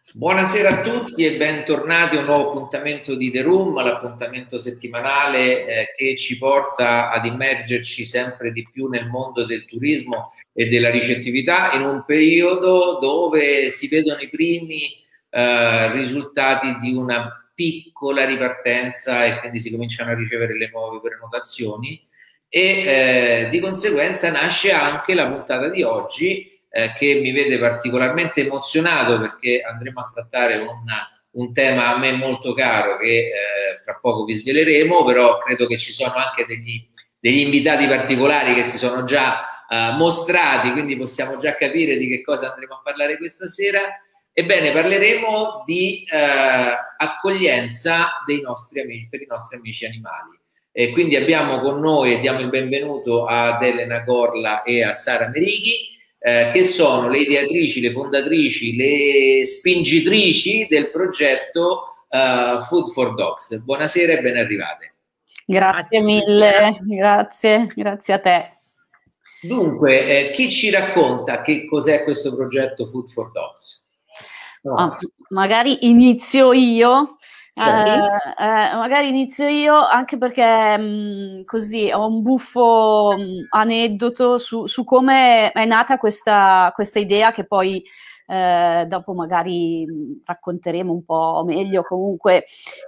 Buonasera a tutti e bentornati a un nuovo appuntamento di The Room, l'appuntamento settimanale che ci porta ad immergerci sempre di più nel mondo del turismo e della ricettività in un periodo dove si vedono i primi risultati di una piccola ripartenza e quindi si cominciano a ricevere le nuove prenotazioni e di conseguenza nasce anche la puntata di oggi che mi vede particolarmente emozionato perché andremo a trattare un tema a me molto caro che fra poco vi sveleremo, però credo che ci sono anche degli invitati particolari che si sono già mostrati, quindi possiamo già capire di che cosa andremo a parlare questa sera. Ebbene, parleremo di accoglienza dei nostri amici, per i nostri amici animali. E quindi abbiamo con noi e diamo il benvenuto ad Elena Gorla e a Sara Merighi, che sono le ideatrici, le fondatrici, le spingitrici del progetto Food for Dogs. Buonasera e ben arrivate. Grazie mille, grazie a te. Dunque, chi ci racconta che cos'è questo progetto Food for Dogs? Magari inizio io. Magari inizio io anche perché così ho un buffo aneddoto su come è nata questa idea che poi dopo magari racconteremo un po' meglio. Comunque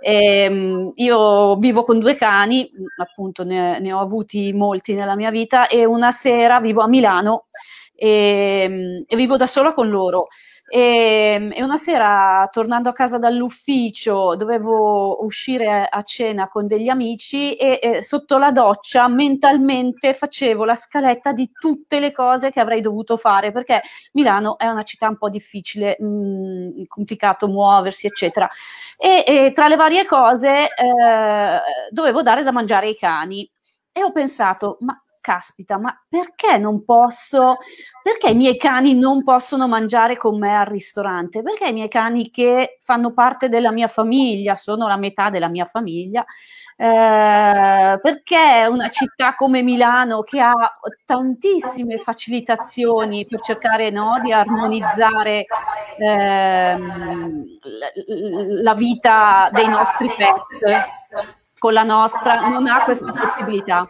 io vivo con 2 cani, appunto ne ho avuti molti nella mia vita, e una sera vivo a Milano e vivo da sola con loro. E una sera, tornando a casa dall'ufficio, dovevo uscire a cena con degli amici e sotto la doccia mentalmente facevo la scaletta di tutte le cose che avrei dovuto fare, perché Milano è una città un po' difficile, complicato muoversi, eccetera. E tra le varie cose dovevo dare da mangiare ai cani. E ho pensato, ma caspita, ma perché i miei cani non possono mangiare con me al ristorante? Perché i miei cani, che fanno parte della mia famiglia, sono la metà della mia famiglia, perché una città come Milano, che ha tantissime facilitazioni per cercare, no, di armonizzare la vita dei nostri pet con la nostra, non ha questa possibilità.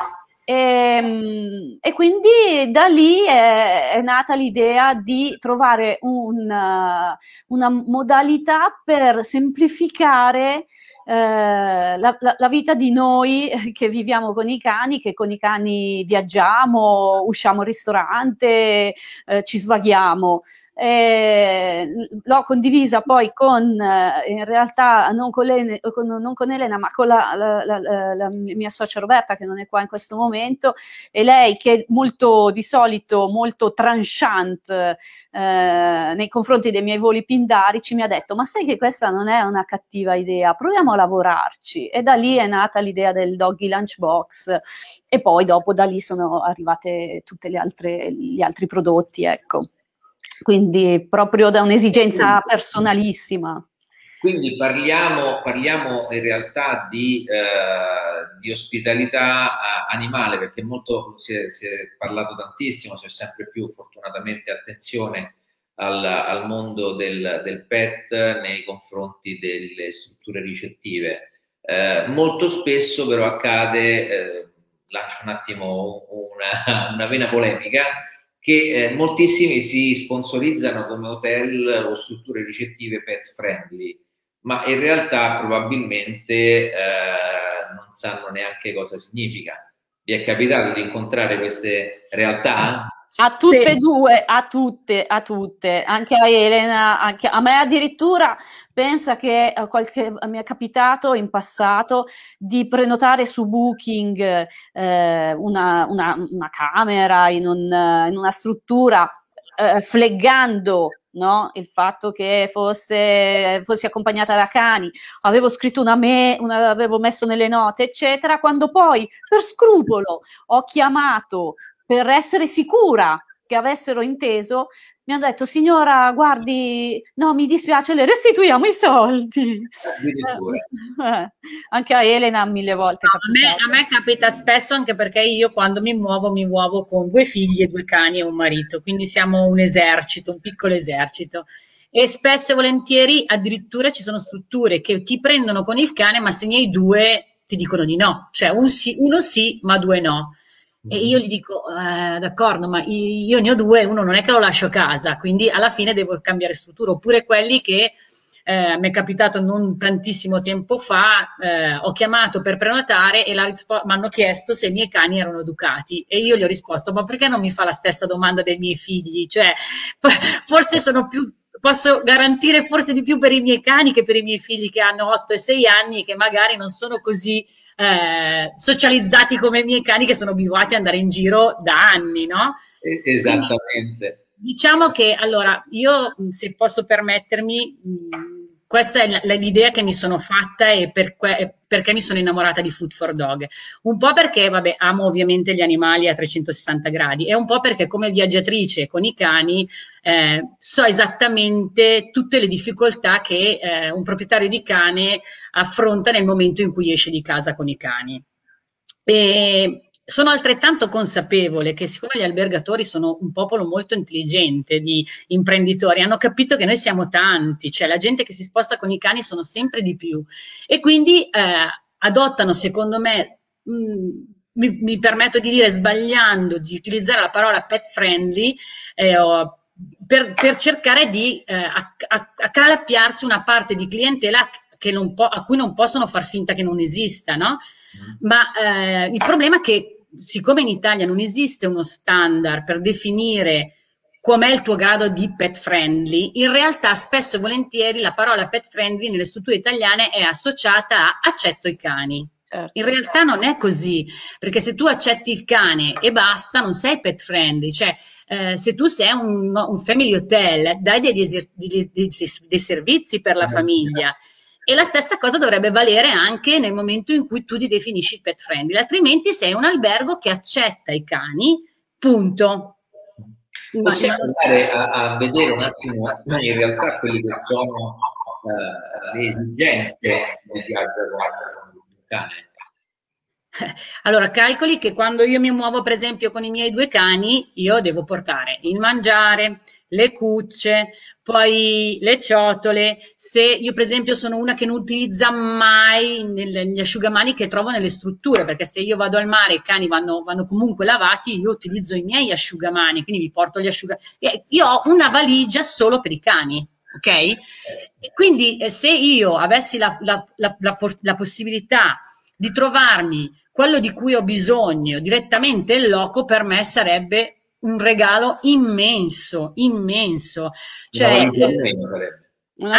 E quindi da lì è nata l'idea di trovare una modalità per semplificare la vita di noi che viviamo con i cani, che con i cani viaggiamo, usciamo al ristorante, ci svaghiamo. L'ho condivisa poi in realtà non con Elena, ma con la mia socia Roberta, che non è qua in questo momento, e lei, che è di solito molto tranchant nei confronti dei miei voli pindarici, mi ha detto: ma sai che questa non è una cattiva idea, proviamo a lavorarci. E da lì è nata l'idea del Doggy Lunchbox, e poi dopo da lì sono arrivate tutte gli altri prodotti, ecco. Quindi proprio da un'esigenza personalissima. Quindi parliamo in realtà di ospitalità animale, perché molto si è parlato tantissimo, c'è sempre più fortunatamente attenzione al mondo del pet nei confronti delle strutture ricettive. Molto spesso però accade, lancio un attimo una vena polemica, che moltissimi si sponsorizzano come hotel o strutture ricettive pet friendly, ma in realtà probabilmente non sanno neanche cosa significa. Vi è capitato di incontrare queste realtà? A tutte e due, a tutte, anche a Elena, anche a me addirittura. Pensa che mi è capitato in passato di prenotare su Booking una camera in una struttura, fleggando, no, il fatto che fossi accompagnata da cani. Avevo scritto avevo messo nelle note, eccetera, quando poi per scrupolo ho chiamato per essere sicura che avessero inteso, mi hanno detto: signora, guardi, no, mi dispiace, le restituiamo i soldi. Anche a Elena 1000 volte è capitato. A me capita spesso, anche perché io quando mi muovo con 2 figli e 2 cani e un marito, quindi siamo un esercito, un piccolo esercito. E spesso e volentieri addirittura ci sono strutture che ti prendono con il cane, ma se ne hai due ti dicono di no, cioè uno sì, ma due no. E io gli dico, d'accordo, ma io ne ho due, uno non è che lo lascio a casa, quindi alla fine devo cambiare struttura. Oppure quelli che mi è capitato non tantissimo tempo fa, ho chiamato per prenotare e mi hanno chiesto se i miei cani erano educati e io gli ho risposto, ma perché non mi fa la stessa domanda dei miei figli? Cioè, forse sono più... Posso garantire forse di più per i miei cani che per i miei figli che hanno 8 e 6 anni e che magari non sono così socializzati come i miei cani che sono abituati ad andare in giro da anni, no? Esattamente. Quindi, diciamo che allora io, se posso permettermi, questa è l'idea che mi sono fatta e perché mi sono innamorata di Food for Dog. Un po' perché, vabbè, amo ovviamente gli animali a 360 gradi e un po' perché come viaggiatrice con i cani so esattamente tutte le difficoltà che un proprietario di cane affronta nel momento in cui esce di casa con i cani. E sono altrettanto consapevole che siccome gli albergatori sono un popolo molto intelligente di imprenditori, hanno capito che noi siamo tanti, cioè la gente che si sposta con i cani sono sempre di più e quindi adottano, secondo me, mi permetto di dire sbagliando, di utilizzare la parola pet friendly per cercare di accalappiarsi una parte di clientela a cui non possono far finta che non esista, no? Ma il problema è che siccome in Italia non esiste uno standard per definire com'è il tuo grado di pet friendly, in realtà spesso e volentieri la parola pet friendly nelle strutture italiane è associata a accetto i cani. Certo. In realtà non è così, perché se tu accetti il cane e basta, non sei pet friendly, cioè se tu sei un family hotel, dai dei servizi per la famiglia. E la stessa cosa dovrebbe valere anche nel momento in cui tu ti definisci pet friendly, altrimenti sei un albergo che accetta i cani, punto. Possiamo andare a vedere un attimo in realtà quelle che sono le esigenze del viaggio con il cane. Allora, calcoli che quando io mi muovo, per esempio, con i miei due cani, io devo portare il mangiare, le cucce, poi le ciotole. Se io, per esempio, sono una che non utilizza mai gli asciugamani che trovo nelle strutture, perché se io vado al mare e i cani vanno comunque lavati, io utilizzo i miei asciugamani, quindi mi porto gli asciugamani. Io ho una valigia solo per i cani. Ok? E quindi se io avessi la possibilità di trovarmi quello di cui ho bisogno direttamente in loco, per me sarebbe un regalo immenso, immenso. Cioè, una valigia in meno sarebbe.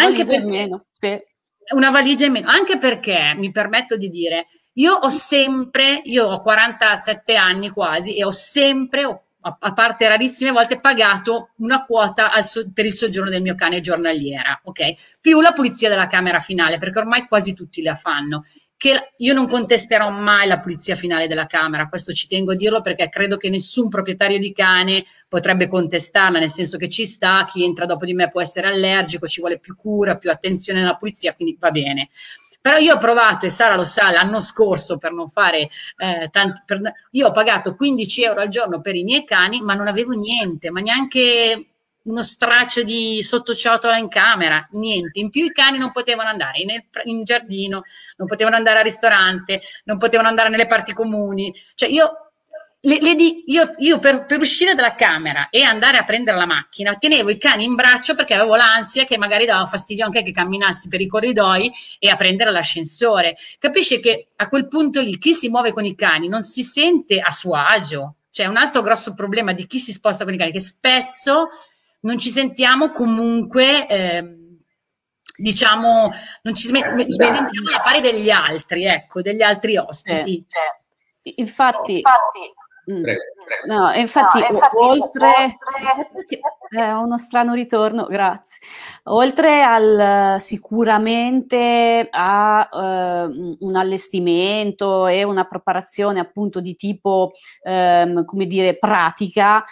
Una valigia in meno, anche perché mi permetto di dire, io ho 47 anni quasi e ho sempre, a parte rarissime volte, pagato una quota per il soggiorno del mio cane giornaliera, ok? Più la pulizia della camera finale, perché ormai quasi tutti la fanno. Che io non contesterò mai la pulizia finale della camera, questo ci tengo a dirlo perché credo che nessun proprietario di cane potrebbe contestarla, nel senso che ci sta, chi entra dopo di me può essere allergico, ci vuole più cura, più attenzione alla pulizia, quindi va bene. Però io ho provato, e Sara lo sa, l'anno scorso per non fare io ho pagato 15 euro al giorno per i miei cani, ma non avevo niente, ma neanche uno straccio di sottociotola in camera, niente. In più i cani non potevano andare in giardino, non potevano andare al ristorante, non potevano andare nelle parti comuni. Cioè io per uscire dalla camera e andare a prendere la macchina tenevo i cani in braccio perché avevo l'ansia che magari dava fastidio anche che camminassi per i corridoi e a prendere l'ascensore. Capisci che a quel punto lì chi si muove con i cani non si sente a suo agio. C'è un altro grosso problema di chi si sposta con i cani, che spesso non ci sentiamo comunque, diciamo, non ci sentiamo alla pari degli altri, ecco, degli altri ospiti. Infatti, Prego. no, infatti, oltre uno strano ritorno, grazie. Oltre al sicuramente a un allestimento e una preparazione appunto di tipo, come dire, pratica,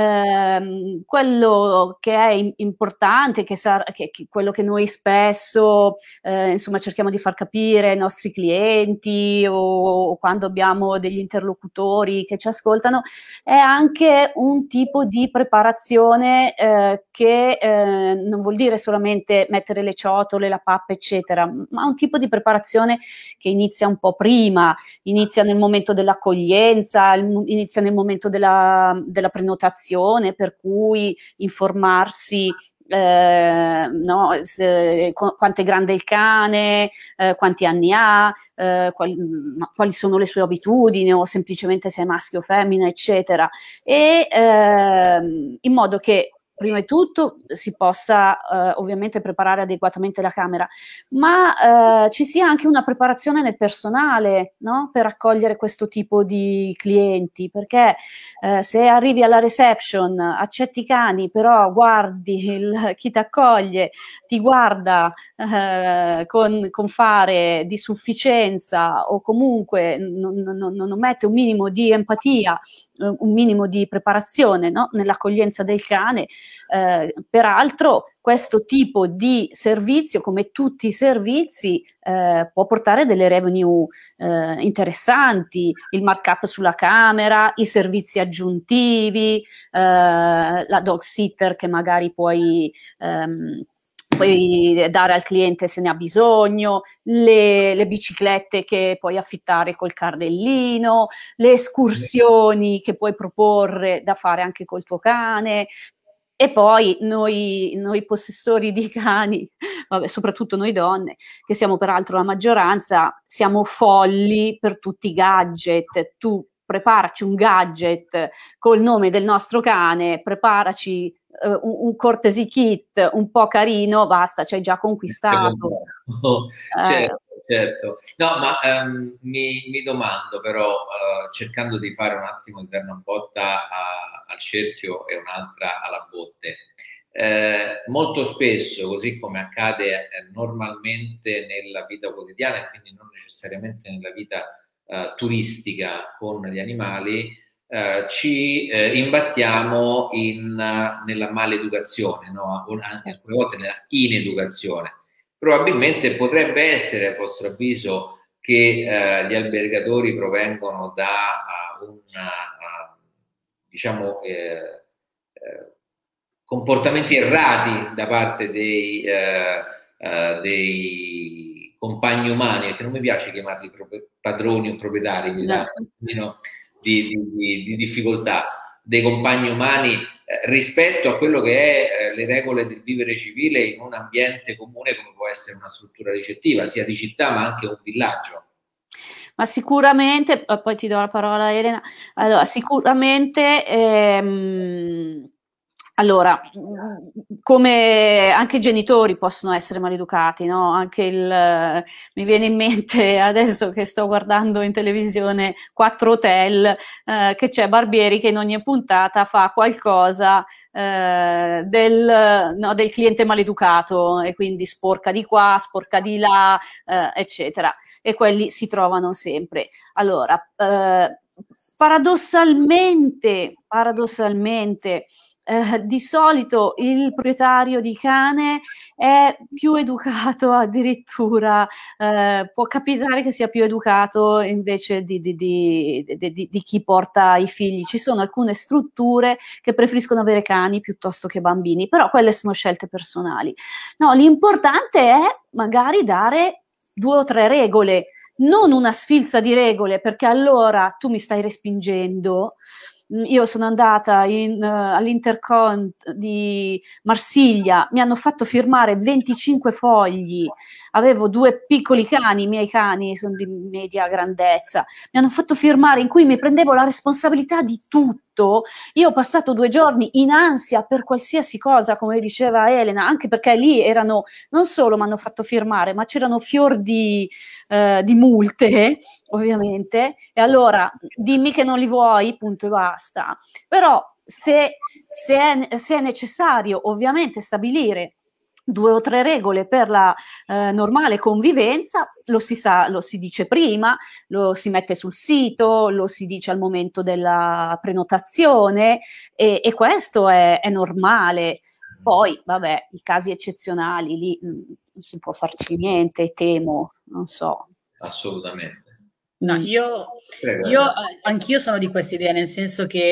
quello che è importante, che quello che noi spesso insomma cerchiamo di far capire ai nostri clienti o quando abbiamo degli interlocutori che ci ascoltano, è anche un tipo di preparazione che non vuol dire solamente mettere le ciotole, la pappa, eccetera, ma un tipo di preparazione che inizia un po' prima, inizia nel momento dell'accoglienza, inizia nel momento della prenotazione, per cui informarsi no, quanto è grande il cane, quanti anni ha, quali sono le sue abitudini o semplicemente se è maschio o femmina, eccetera, e in modo che prima di tutto si possa ovviamente preparare adeguatamente la camera, ma ci sia anche una preparazione nel personale, no? Per accogliere questo tipo di clienti, perché se arrivi alla reception, accetti i cani, però guardi chi ti accoglie, ti guarda con fare di sufficienza o comunque non mette un minimo di empatia, un minimo di preparazione, no? Nell'accoglienza del cane. Peraltro questo tipo di servizio, come tutti i servizi, può portare delle revenue interessanti, il markup sulla camera, i servizi aggiuntivi, la dog sitter che magari puoi dare al cliente se ne ha bisogno, le biciclette che puoi affittare col cardellino, le escursioni che puoi proporre da fare anche col tuo cane. E poi noi possessori di cani, vabbè, soprattutto noi donne, che siamo peraltro la maggioranza, siamo folli per tutti i gadget. Tu preparaci un gadget col nome del nostro cane, preparaci un courtesy kit un po' carino, basta, ci hai già conquistato. Certo, certo. No, ma mi domando però, cercando di fare un attimo di dare una botta al cerchio e un'altra alla botte, molto spesso, così come accade normalmente nella vita quotidiana e quindi non necessariamente nella vita turistica con gli animali, ci imbattiamo nella maleducazione, no? Anche alcune volte nella ineducazione. Probabilmente potrebbe essere, a vostro avviso, che gli albergatori provengono da diciamo, comportamenti errati da parte dei compagni umani, perché non mi piace chiamarli padroni o proprietari, mi dà di difficoltà, dei compagni umani rispetto a quello che è le regole del vivere civile in un ambiente comune come può essere una struttura ricettiva, sia di città ma anche un villaggio. Ma sicuramente, poi ti do la parola a Elena, allora sicuramente allora, come anche i genitori possono essere maleducati, no? Anche mi viene in mente adesso che sto guardando in televisione 4 Hotel, che c'è Barbieri che in ogni puntata fa qualcosa del cliente maleducato e quindi sporca di qua, sporca di là, eccetera. E quelli si trovano sempre. Allora, paradossalmente, di solito il proprietario di cane è più educato, addirittura può capitare che sia più educato invece di chi porta i figli. Ci sono alcune strutture che preferiscono avere cani piuttosto che bambini, però quelle sono scelte personali. No, l'importante è magari dare 2 o 3 regole, non una sfilza di regole, perché allora tu mi stai respingendo. Io sono andata all'Intercon di Marsiglia, mi hanno fatto firmare 25 fogli, avevo 2 piccoli cani, i miei cani sono di media grandezza, mi hanno fatto firmare in cui mi prendevo la responsabilità di tutto. Io ho passato 2 giorni in ansia per qualsiasi cosa, come diceva Elena, anche perché lì erano, non solo mi hanno fatto firmare, ma c'erano fior di multe, ovviamente, e allora dimmi che non li vuoi, punto e basta. Però se è necessario ovviamente stabilire 2 o 3 regole per la normale convivenza, lo si dice prima, lo si mette sul sito, lo si dice al momento della prenotazione e questo è normale. Poi, vabbè, i casi eccezionali, lì non si può farci niente, non so. Assolutamente. No, anch'io sono di questa idea, nel senso che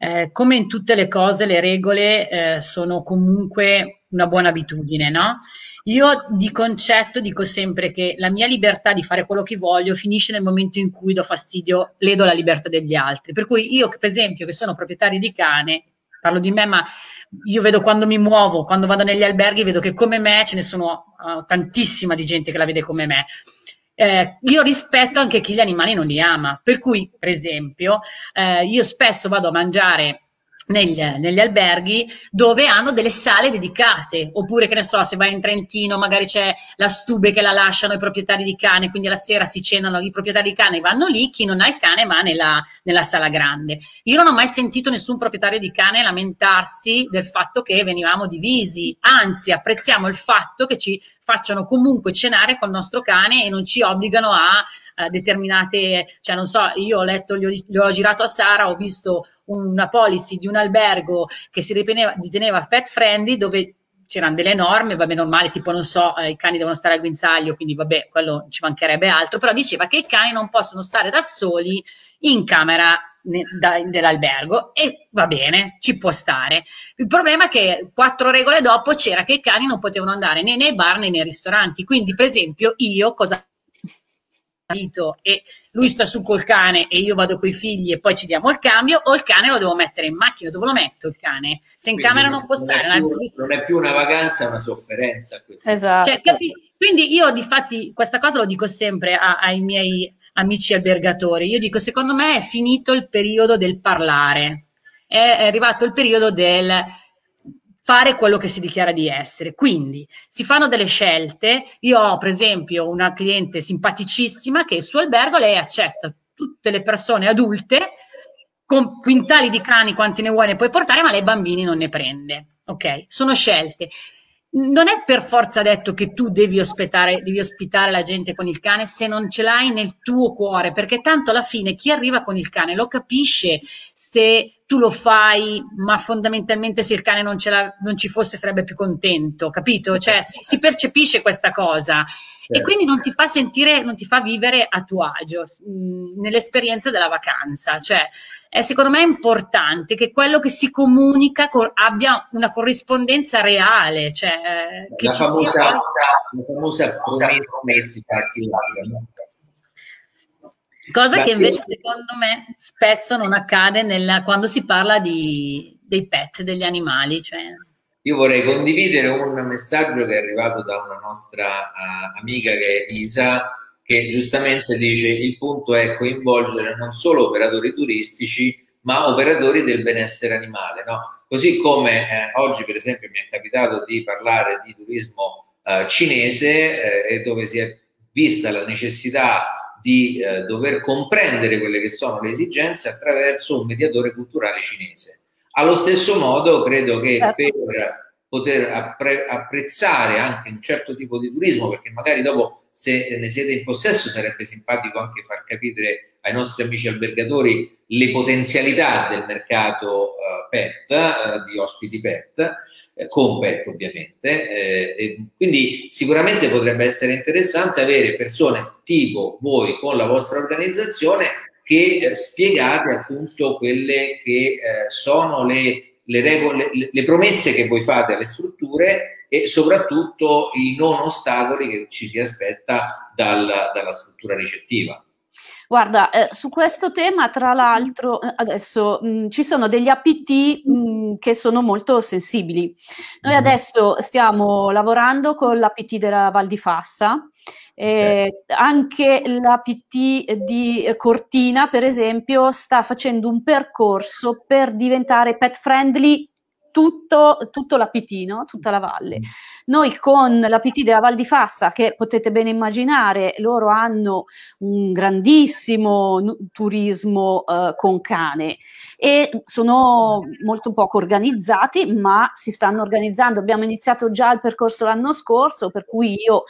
come in tutte le cose, le regole sono comunque una buona abitudine, no? Io di concetto dico sempre che la mia libertà di fare quello che voglio finisce nel momento in cui do fastidio, ledo la libertà degli altri. Per cui io, per esempio, che sono proprietaria di cane, parlo di me, ma io vedo quando mi muovo, quando vado negli alberghi, vedo che come me ce ne sono tantissima di gente che la vede come me. Io rispetto anche chi gli animali non li ama, per cui, per esempio, io spesso vado a mangiare negli alberghi dove hanno delle sale dedicate, oppure che ne so, se vai in Trentino magari c'è la stube che la lasciano i proprietari di cane, quindi alla sera si cenano, i proprietari di cane vanno lì, chi non ha il cane va nella sala grande. Io non ho mai sentito nessun proprietario di cane lamentarsi del fatto che venivamo divisi, anzi apprezziamo il fatto che ci facciano comunque cenare col nostro cane e non ci obbligano a determinate, cioè non so, io ho letto, gli ho girato a Sara, ho visto una policy di un albergo che si riteneva pet friendly, dove c'erano delle norme, vabbè, normali, tipo non so, i cani devono stare al guinzaglio, quindi vabbè, quello ci mancherebbe altro, però diceva che i cani non possono stare da soli in camera dell'albergo, e va bene, ci può stare. Il problema è che 4 regole dopo c'era che i cani non potevano andare né nei bar né nei ristoranti, quindi per esempio io cosa e lui sta su col cane e io vado coi figli e poi ci diamo il cambio, o il cane lo devo mettere in macchina, dove lo metto il cane? Se in camera non può stare. Non è più una vacanza, è una sofferenza. Esatto. Cioè, quindi io difatti questa cosa lo dico sempre ai miei amici albergatori, io dico, secondo me è finito il periodo del parlare, è arrivato il periodo del fare quello che si dichiara di essere, quindi si fanno delle scelte. Io ho per esempio una cliente simpaticissima che il suo albergo, lei accetta tutte le persone adulte con quintali di cani quanti ne vuoi ne puoi portare, ma lei bambini non ne prende, ok? Sono scelte. Non è per forza detto che tu devi ospitare la gente con il cane se non ce l'hai nel tuo cuore, perché tanto alla fine chi arriva con il cane lo capisce se tu lo fai, ma fondamentalmente se il cane non ci fosse sarebbe più contento, capito? Cioè si percepisce questa cosa. E quindi non ti fa sentire, non ti fa vivere a tuo agio nell'esperienza della vacanza. Cioè, secondo me è importante che quello che si comunica abbia una corrispondenza reale, cioè che la ci famosa promessa, cosa che invece secondo me spesso non accade quando si parla dei pet, degli animali. Cioè. Io vorrei condividere un messaggio che è arrivato da una nostra amica che è Isa, che giustamente dice: il punto è coinvolgere non solo operatori turistici ma operatori del benessere animale, no? Così come oggi per esempio mi è capitato di parlare di turismo cinese e dove si è vista la necessità di dover comprendere quelle che sono le esigenze attraverso un mediatore culturale cinese. Allo stesso modo credo che per poter apprezzare anche un certo tipo di turismo, perché magari dopo, se ne siete in possesso, sarebbe simpatico anche far capire ai nostri amici albergatori le potenzialità del mercato pet, di ospiti pet, con pet ovviamente, e quindi sicuramente potrebbe essere interessante avere persone tipo voi con la vostra organizzazione che spiegate appunto quelle che sono le regole, le promesse che voi fate alle strutture e soprattutto i non ostacoli che ci si aspetta dalla struttura ricettiva. Guarda, su questo tema, tra l'altro, adesso ci sono degli APT che sono molto sensibili. Noi adesso stiamo lavorando con l'APT della Val di Fassa, anche l'APT di Cortina, per esempio, sta facendo un percorso per diventare pet friendly tutto l'APT, no? Tutta la valle. Noi con l'APT della Val di Fassa, che potete bene immaginare, loro hanno un grandissimo turismo con cane e sono molto poco organizzati, ma si stanno organizzando. Abbiamo iniziato già il percorso l'anno scorso, per cui io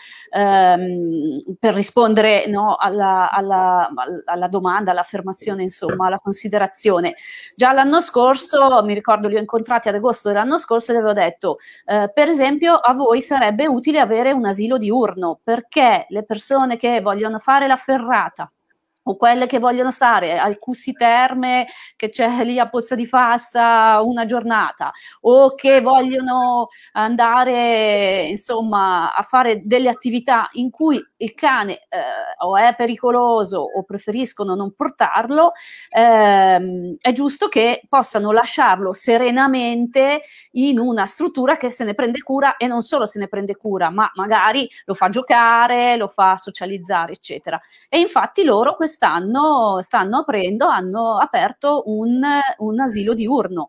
per rispondere, no, alla domanda, all'affermazione, insomma, alla considerazione, già l'anno scorso, mi ricordo, li ho incontrati ad agosto dell'anno scorso e gli avevo detto per esempio a voi sarebbe utile avere un asilo diurno, perché le persone che vogliono fare la ferrata o quelle che vogliono stare al Cussi Terme che c'è lì a Pozza di Fassa una giornata, o che vogliono andare insomma a fare delle attività in cui il cane o è pericoloso o preferiscono non portarlo, è giusto che possano lasciarlo serenamente in una struttura che se ne prende cura, e non solo se ne prende cura, ma magari lo fa giocare, lo fa socializzare, eccetera. E infatti loro quest'anno hanno aperto un asilo diurno.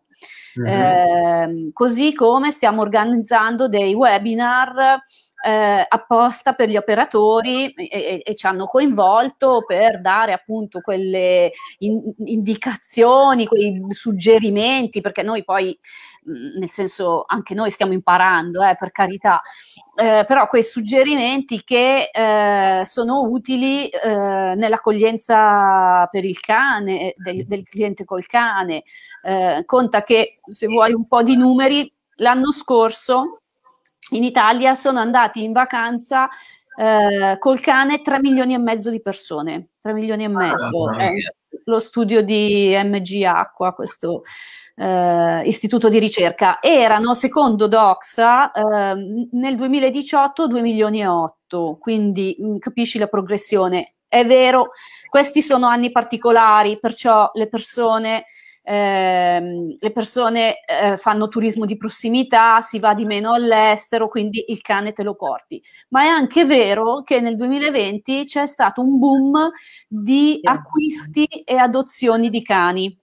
Così come stiamo organizzando dei webinar apposta per gli operatori e ci hanno coinvolto per dare appunto quelle indicazioni, quei suggerimenti, perché noi poi, nel senso, anche noi stiamo imparando, per carità, però quei suggerimenti che sono utili nell'accoglienza per il cane, del cliente col cane. Conta che, se vuoi un po' di numeri, l'anno scorso in Italia sono andati in vacanza col cane 3 milioni e mezzo di persone, 3 milioni e mezzo. Lo studio di MG Acqua, questo istituto di ricerca. Erano, secondo Doxa, nel 2018 2 milioni e 8, quindi capisci la progressione. È vero, questi sono anni particolari, perciò le persone fanno turismo di prossimità, si va di meno all'estero, quindi il cane te lo porti. Ma è anche vero che nel 2020 c'è stato un boom di acquisti e adozioni di cani.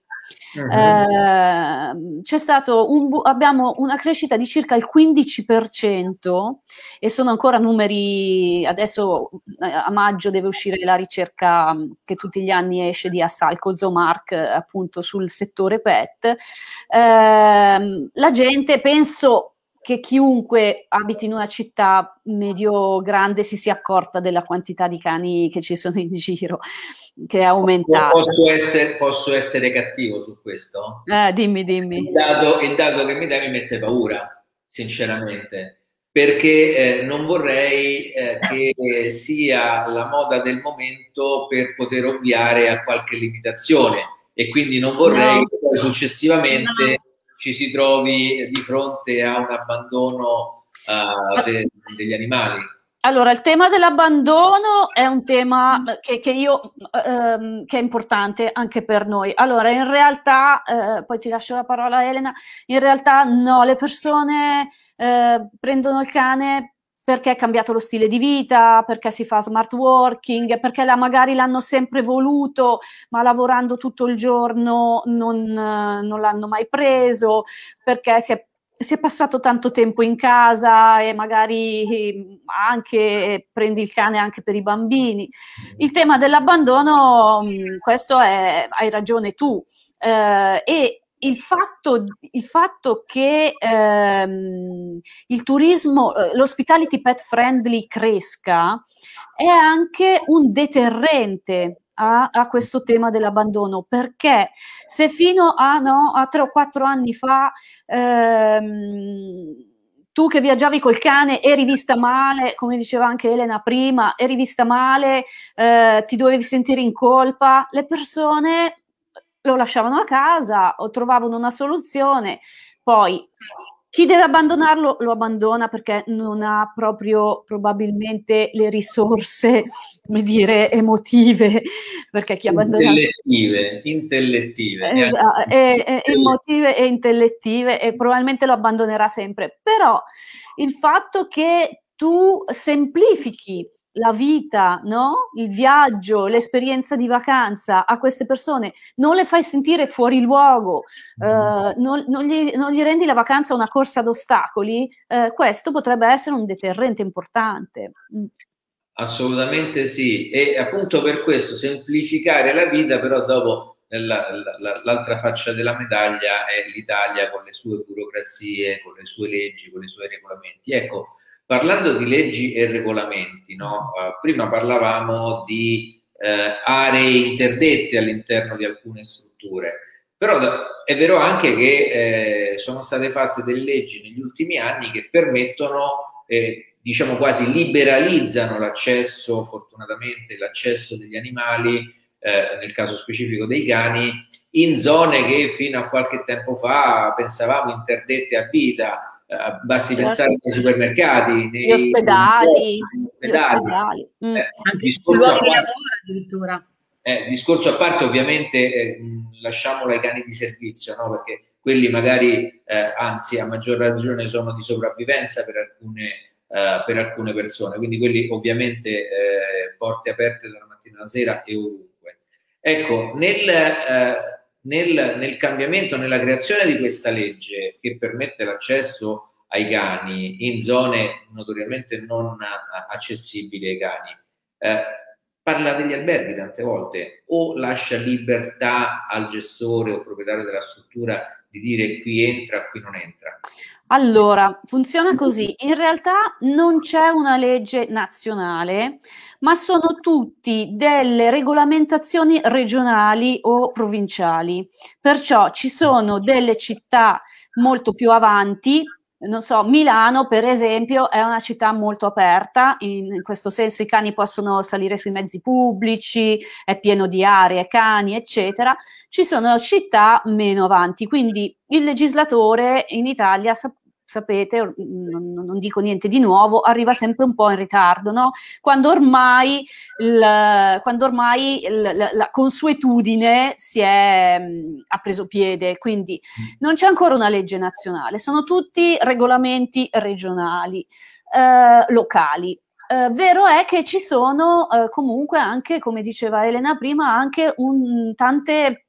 C'è stato abbiamo una crescita di circa il 15%, e sono ancora numeri. Adesso a maggio deve uscire la ricerca che tutti gli anni esce di Assalco Zoomark, appunto sul settore pet. La gente, penso che chiunque abiti in una città medio-grande si sia accorta della quantità di cani che ci sono in giro, che è aumentata. Posso essere cattivo su questo? Dimmi. Il dato che mi dai mi mette paura, sinceramente, perché non vorrei che sia la moda del momento per poter ovviare a qualche limitazione, e quindi non vorrei che poi successivamente ci si trovi di fronte a un abbandono degli animali. Allora, il tema dell'abbandono è un tema che è importante anche per noi. Allora, in realtà, poi ti lascio la parola a Elena, in realtà no, le persone prendono il cane perché è cambiato lo stile di vita, perché si fa smart working, perché magari l'hanno sempre voluto, ma lavorando tutto il giorno non l'hanno mai preso, perché si è passato tanto tempo in casa e magari anche prendi il cane anche per i bambini. Il tema dell'abbandono, questo hai ragione tu, e il fatto che il turismo, l'hospitality pet friendly cresca, è anche un deterrente a questo tema dell'abbandono, perché se fino a 3 o 4 anni fa tu che viaggiavi col cane eri vista male, come diceva anche Elena prima, eri vista male, ti dovevi sentire in colpa, le persone lo lasciavano a casa o trovavano una soluzione. Poi chi deve abbandonarlo lo abbandona perché non ha proprio probabilmente le risorse, come dire, emotive, perché chi abbandona intellettive, emotive e intellettive, e probabilmente lo abbandonerà sempre. Però il fatto che tu semplifichi la vita, no? Il viaggio, l'esperienza di vacanza a queste persone, non le fai sentire fuori luogo, non gli rendi la vacanza una corsa ad ostacoli, questo potrebbe essere un deterrente importante. Assolutamente sì, e appunto per questo semplificare la vita, però dopo l'altra faccia della medaglia è l'Italia con le sue burocrazie, con le sue leggi, con i suoi regolamenti. Ecco, parlando di leggi e regolamenti, no? Prima parlavamo di aree interdette all'interno di alcune strutture, però è vero anche che sono state fatte delle leggi negli ultimi anni che permettono, diciamo quasi liberalizzano l'accesso, fortunatamente, l'accesso degli animali nel caso specifico dei cani, in zone che fino a qualche tempo fa pensavamo interdette a vita. Basti pensare ai supermercati, gli ospedali. Anche i luoghi di lavoro addirittura. Discorso a parte, ovviamente, lasciamolo ai cani di servizio, no? Perché quelli magari, anzi, a maggior ragione sono di sopravvivenza per alcune persone, quindi quelli ovviamente porte aperte dalla mattina alla sera e ovunque. Ecco, nel cambiamento, nella creazione di questa legge che permette l'accesso ai cani in zone notoriamente non accessibili ai cani, parla degli alberghi tante volte, o lascia libertà al gestore o proprietario della struttura di dire qui entra, qui non entra? Allora, funziona così. In realtà non c'è una legge nazionale, ma sono tutti delle regolamentazioni regionali o provinciali. Perciò ci sono delle città molto più avanti. Non so, Milano per esempio è una città molto aperta, in questo senso i cani possono salire sui mezzi pubblici, è pieno di aree, cani, eccetera. Ci sono città meno avanti, quindi il legislatore in Italia, sapete, non dico niente di nuovo, arriva sempre un po' in ritardo, no? Quando ormai la consuetudine ha preso piede, quindi non c'è ancora una legge nazionale, sono tutti regolamenti regionali, locali. Vero è che ci sono comunque anche, come diceva Elena prima, anche tante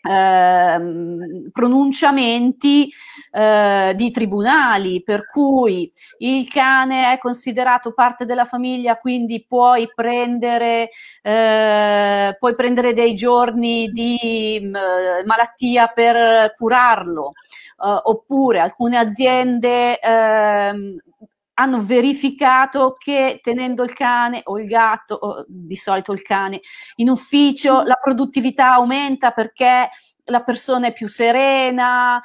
pronunciamenti di tribunali, per cui il cane è considerato parte della famiglia, quindi puoi prendere dei giorni di malattia per curarlo, oppure alcune aziende hanno verificato che tenendo il cane o il gatto, o di solito il cane, in ufficio la produttività aumenta perché la persona è più serena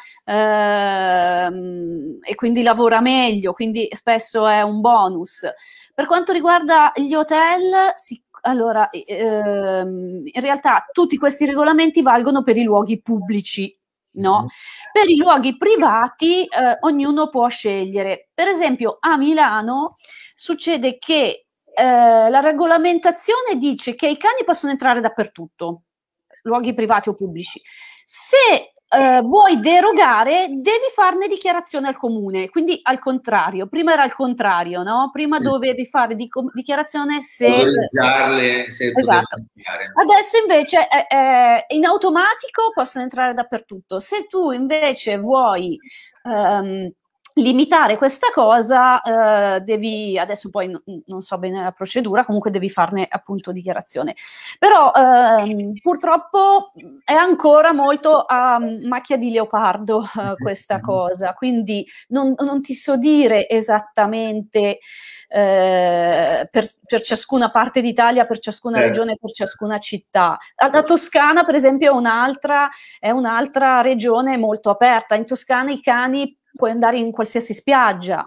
e quindi lavora meglio, quindi spesso è un bonus. Per quanto riguarda gli hotel, allora, in realtà tutti questi regolamenti valgono per i luoghi pubblici. No, per i luoghi privati ognuno può scegliere. Per esempio a Milano succede che la regolamentazione dice che i cani possono entrare dappertutto, luoghi privati o pubblici. Se vuoi derogare, devi farne dichiarazione al comune, quindi al contrario, prima era al contrario, no? Prima dovevi fare dichiarazione se autorizzarle, se esatto. Adesso invece in automatico possono entrare dappertutto. Se tu invece vuoi limitare questa cosa, devi, adesso poi non so bene la procedura, comunque devi farne appunto dichiarazione. Però purtroppo è ancora molto a macchia di leopardo questa cosa, quindi non ti so dire esattamente per ciascuna parte d'Italia, per ciascuna regione, per ciascuna città. La Toscana, per esempio, è un'altra regione molto aperta. In Toscana i cani puoi andare in qualsiasi spiaggia,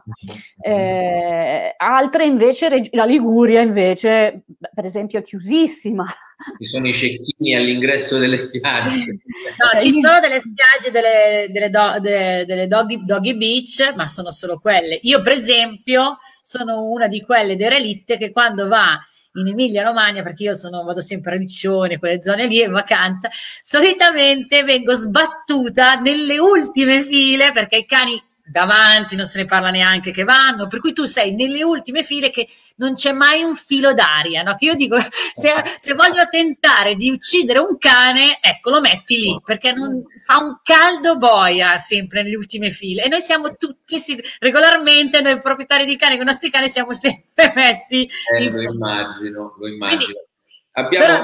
altre invece, la Liguria invece, per esempio, è chiusissima. Ci sono i cecchini all'ingresso delle spiagge. Sì. No, ci sono delle spiagge, delle doggy beach, ma sono solo quelle. Io, per esempio, sono una di quelle derelitte che quando va in Emilia-Romagna, perché io vado sempre a Riccione, quelle zone lì, in vacanza, solitamente vengo sbattuta nelle ultime file perché i cani davanti non se ne parla neanche che vanno, per cui tu sei nelle ultime file che non c'è mai un filo d'aria, no? Che io dico, se voglio tentare di uccidere un cane, ecco, lo metti lì, perché fa un caldo boia sempre nelle ultime file, e noi siamo tutti, regolarmente, noi proprietari di cani con i nostri cani siamo sempre messi lo immagino. Quindi, abbiamo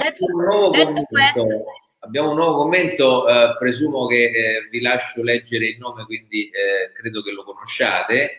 un nuovo commento, presumo che vi lascio leggere il nome, quindi credo che lo conosciate,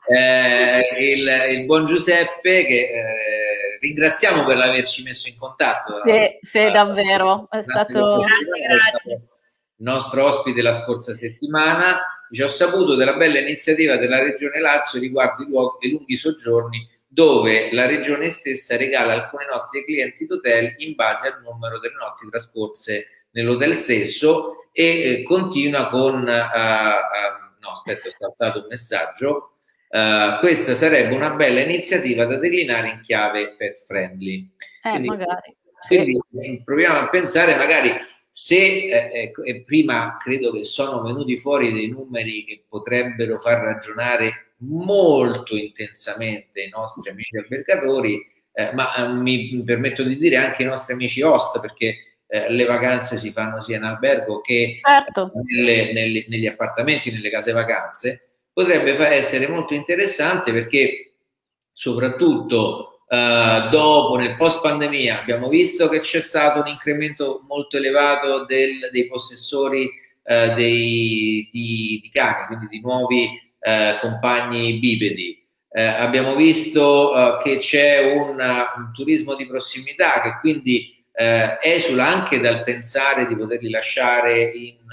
il buon Giuseppe, che ringraziamo per averci messo in contatto. Sì, davvero, è stato... Grazie. Il nostro ospite la scorsa settimana dice: ho saputo della bella iniziativa della Regione Lazio riguardo i lunghi soggiorni dove la regione stessa regala alcune notti ai clienti d'hotel in base al numero delle notti trascorse nell'hotel stesso, e continua con no, aspetta, ho saltato un messaggio. Questa sarebbe una bella iniziativa da declinare in chiave pet friendly. Quindi, magari. quindi proviamo a pensare, magari, se prima credo che sono venuti fuori dei numeri che potrebbero far ragionare molto intensamente i nostri amici albergatori, ma mi permetto di dire anche i nostri amici host, perché le vacanze si fanno sia in albergo che certo, negli appartamenti, nelle case vacanze. Potrebbe essere molto interessante, perché soprattutto dopo, nel post pandemia, abbiamo visto che c'è stato un incremento molto elevato dei possessori di cani, quindi di nuovi compagni bipedi. Abbiamo visto che c'è un turismo di prossimità, che quindi esula anche dal pensare di poterli lasciare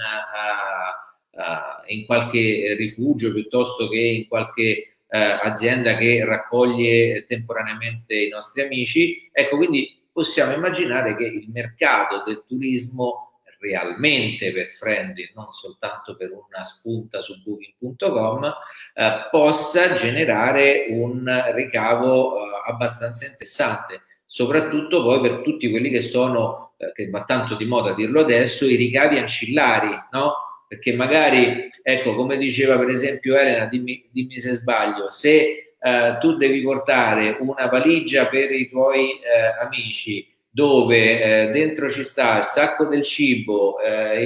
in qualche rifugio piuttosto che in qualche azienda che raccoglie temporaneamente i nostri amici. Ecco, quindi possiamo immaginare che il mercato del turismo realmente pet friendly, non soltanto per una spunta su booking.com, possa generare un ricavo abbastanza interessante, soprattutto poi per tutti quelli che sono, che va tanto di moda dirlo adesso, i ricavi ancillari, no? Perché magari, ecco, come diceva per esempio Elena, dimmi se sbaglio, se tu devi portare una valigia per i tuoi amici, dove dentro ci sta il sacco del cibo,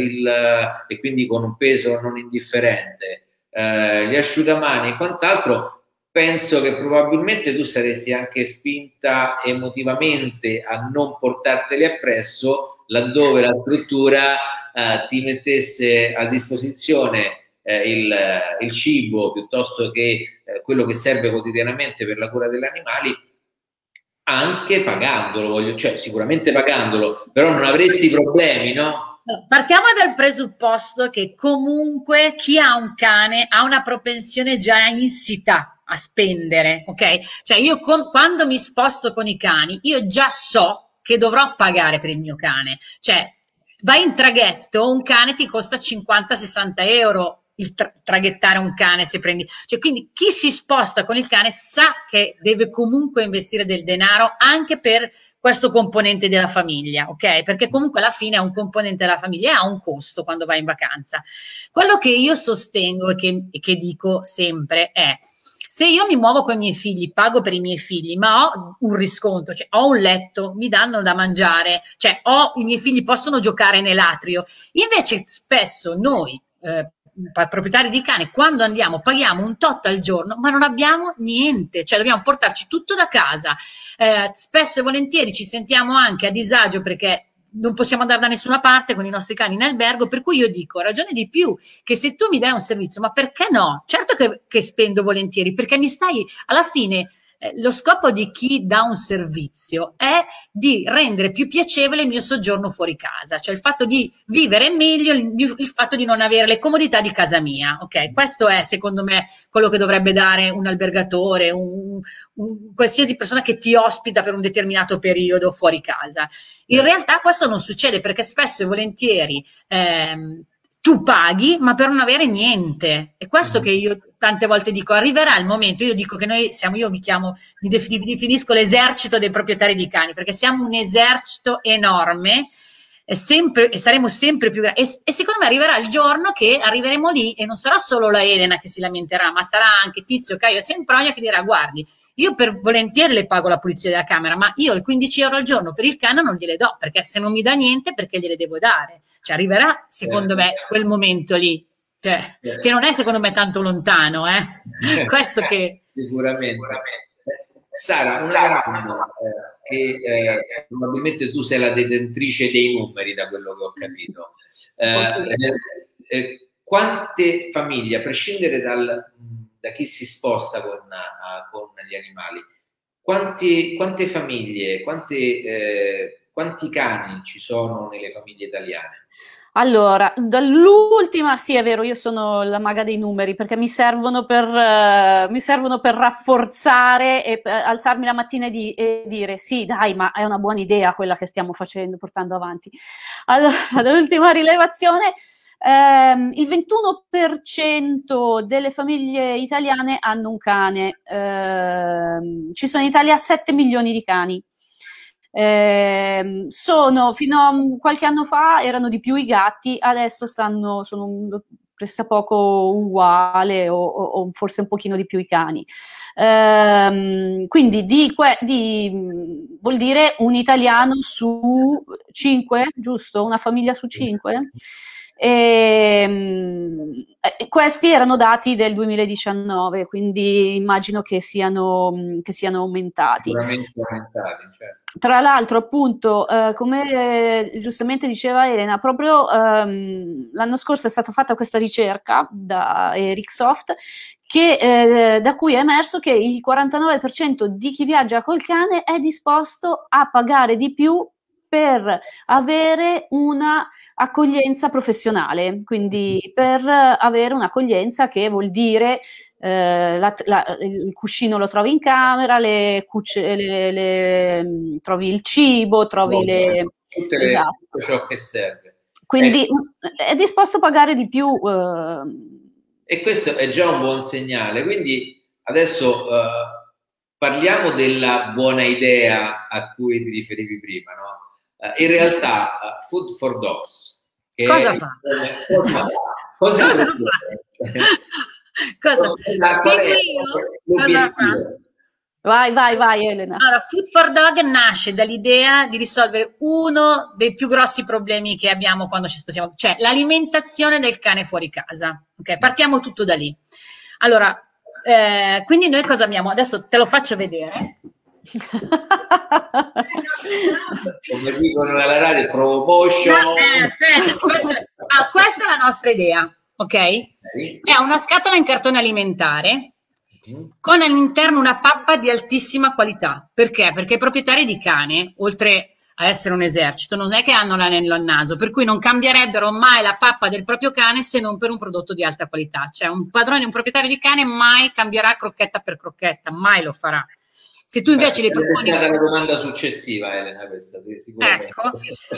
e quindi con un peso non indifferente, gli asciugamani e quant'altro, penso che probabilmente tu saresti anche spinta emotivamente a non portarteli appresso, laddove la struttura ti mettesse a disposizione il cibo piuttosto che quello che serve quotidianamente per la cura degli animali, anche pagandolo, cioè sicuramente pagandolo, però non avresti problemi, no? Partiamo dal presupposto che comunque chi ha un cane ha una propensione già insita a spendere, ok? Cioè io quando mi sposto con i cani, io già so che dovrò pagare per il mio cane. Cioè, vai in traghetto, un cane ti costa 50-60 euro il traghettare un cane, se prendi. Cioè, quindi chi si sposta con il cane sa che deve comunque investire del denaro anche per questo componente della famiglia, ok? Perché comunque alla fine è un componente della famiglia e ha un costo quando vai in vacanza. Quello che io sostengo e che dico sempre è: se io mi muovo con i miei figli, pago per i miei figli, ma ho un riscontro, cioè ho un letto, mi danno da mangiare, cioè i miei figli possono giocare nell'atrio. Invece spesso noi, proprietari di cane, quando andiamo paghiamo un tot al giorno, ma non abbiamo niente, cioè dobbiamo portarci tutto da casa. Spesso e volentieri ci sentiamo anche a disagio perché non possiamo andare da nessuna parte con i nostri cani in albergo, per cui io dico, ragione di più, che se tu mi dai un servizio, ma perché no? Certo che spendo volentieri, perché mi stai, alla fine, lo scopo di chi dà un servizio è di rendere più piacevole il mio soggiorno fuori casa, cioè il fatto di vivere meglio, il fatto di non avere le comodità di casa mia, ok? Questo è secondo me quello che dovrebbe dare un albergatore, qualsiasi persona che ti ospita per un determinato periodo fuori casa. In realtà questo non succede, perché spesso e volentieri tu paghi ma per non avere niente. È questo che io tante volte dico: arriverà il momento, io dico che noi siamo, io mi chiamo, mi definisco l'esercito dei proprietari di cani, perché siamo un esercito enorme e saremo sempre più grandi, e secondo me arriverà il giorno che arriveremo lì e non sarà solo la Elena che si lamenterà, ma sarà anche Tizio, Caio, Sempronio che dirà: guardi, io per volentieri le pago la pulizia della camera, ma io le 15 euro al giorno per il cane non gliele do, perché se non mi dà niente, perché gliele devo dare? Cioè arriverà, secondo me, quel momento lì, cioè, che non è secondo me tanto lontano, questo che... Sicuramente. Sara, una domanda, che probabilmente tu sei la detentrice dei numeri, da quello che ho capito. Quante famiglie, a prescindere da chi si sposta con quanti quanti cani ci sono nelle famiglie italiane? Allora, dall'ultima, sì è vero, io sono la maga dei numeri perché mi servono per rafforzare e per alzarmi la mattina e dire sì, dai, ma è una buona idea quella che stiamo facendo, portando avanti. Allora, dall'ultima rilevazione, il 21% delle famiglie italiane hanno un cane. Ci sono in Italia 7 milioni di cani. Sono fino a qualche anno fa erano di più i gatti, adesso sono pressappoco uguale o forse un pochino di più i cani. Quindi vuol dire un italiano su 5, giusto? Una famiglia su 5? Questi erano dati del 2019, quindi immagino che siano aumentati. Sicuramente aumentati, certo. Tra l'altro, appunto, come giustamente diceva Elena, proprio l'anno scorso è stata fatta questa ricerca da Ericssoft da cui è emerso che il 49% di chi viaggia col cane è disposto a pagare di più per avere una accoglienza professionale, quindi per avere un'accoglienza che vuol dire il cuscino lo trovi in camera, trovi il cibo, trovi esatto. Tutto ciò che serve. Quindi è disposto a pagare di più. E questo è già un buon segnale. Quindi adesso parliamo della buona idea a cui ti riferivi prima, no? In realtà Food for Dogs cosa fa? Cosa fa? Vai Elena. Allora, Food for Dog nasce dall'idea di risolvere uno dei più grossi problemi che abbiamo quando ci spostiamo, cioè l'alimentazione del cane fuori casa. Ok, partiamo tutto da lì. Allora, quindi noi cosa abbiamo? Adesso te lo faccio vedere. Come dicono nella radio, promotion. Questa è la nostra idea, ok? È una scatola in cartone alimentare con all'interno una pappa di altissima qualità. Perché? Perché i proprietari di cane, oltre a essere un esercito, non è che hanno l'anello al naso, per cui non cambierebbero mai la pappa del proprio cane se non per un prodotto di alta qualità. Cioè un padrone, un proprietario di cane mai cambierà crocchetta per crocchetta, mai lo farà. Se tu invece li proponi... È stata la domanda successiva, Elena, questa, sicuramente. Ecco,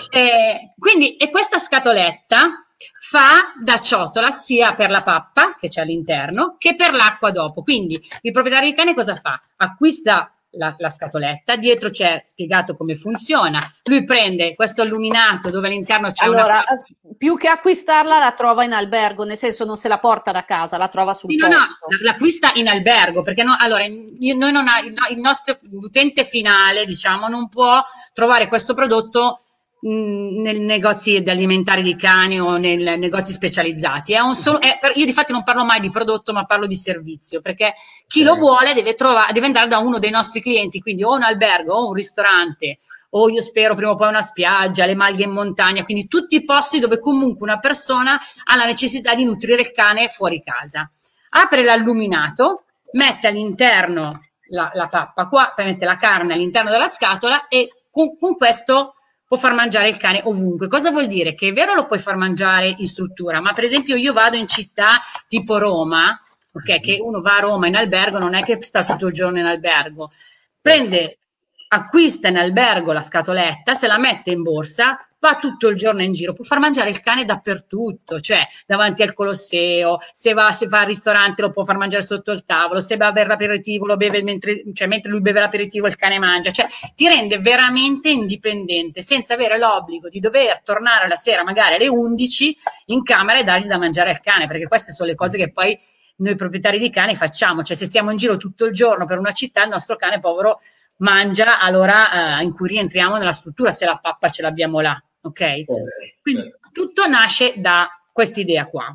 quindi questa scatoletta fa da ciotola sia per la pappa che c'è all'interno che per l'acqua dopo. Quindi il proprietario di cane cosa fa? Acquista la scatoletta, dietro c'è spiegato come funziona, lui prende questo illuminato dove all'interno c'è una... più che acquistarla la trova in albergo, nel senso non se la porta da casa, la trova sul posto. No, l'acquista in albergo, perché allora, il nostro utente finale, diciamo, non può trovare questo prodotto nei negozi alimentari di cani o nei negozi specializzati. Io di fatti non parlo mai di prodotto, ma parlo di servizio, perché chi lo vuole deve andare da uno dei nostri clienti, quindi o un albergo o un ristorante, o io spero prima o poi una spiaggia, le malghe in montagna, quindi tutti i posti dove comunque una persona ha la necessità di nutrire il cane fuori casa. Apre l'alluminato, mette all'interno la pappa, qua mette la carne all'interno della scatola e con questo può far mangiare il cane ovunque. Cosa vuol dire? Che è vero lo puoi far mangiare in struttura, ma per esempio io vado in città tipo Roma, ok, che uno va a Roma in albergo, non è che sta tutto il giorno in albergo, acquista in albergo la scatoletta, se la mette in borsa, va tutto il giorno in giro, può far mangiare il cane dappertutto, cioè davanti al Colosseo, se va al ristorante lo può far mangiare sotto il tavolo, se va a bere l'aperitivo lo beve mentre lui beve l'aperitivo il cane mangia, cioè ti rende veramente indipendente senza avere l'obbligo di dover tornare la sera magari alle 11 in camera e dargli da mangiare al cane, perché queste sono le cose che poi noi proprietari di cani facciamo, cioè se stiamo in giro tutto il giorno per una città il nostro cane povero mangia all'ora in cui rientriamo nella struttura, se la pappa ce l'abbiamo là. Ok? Quindi tutto nasce da quest'idea qua.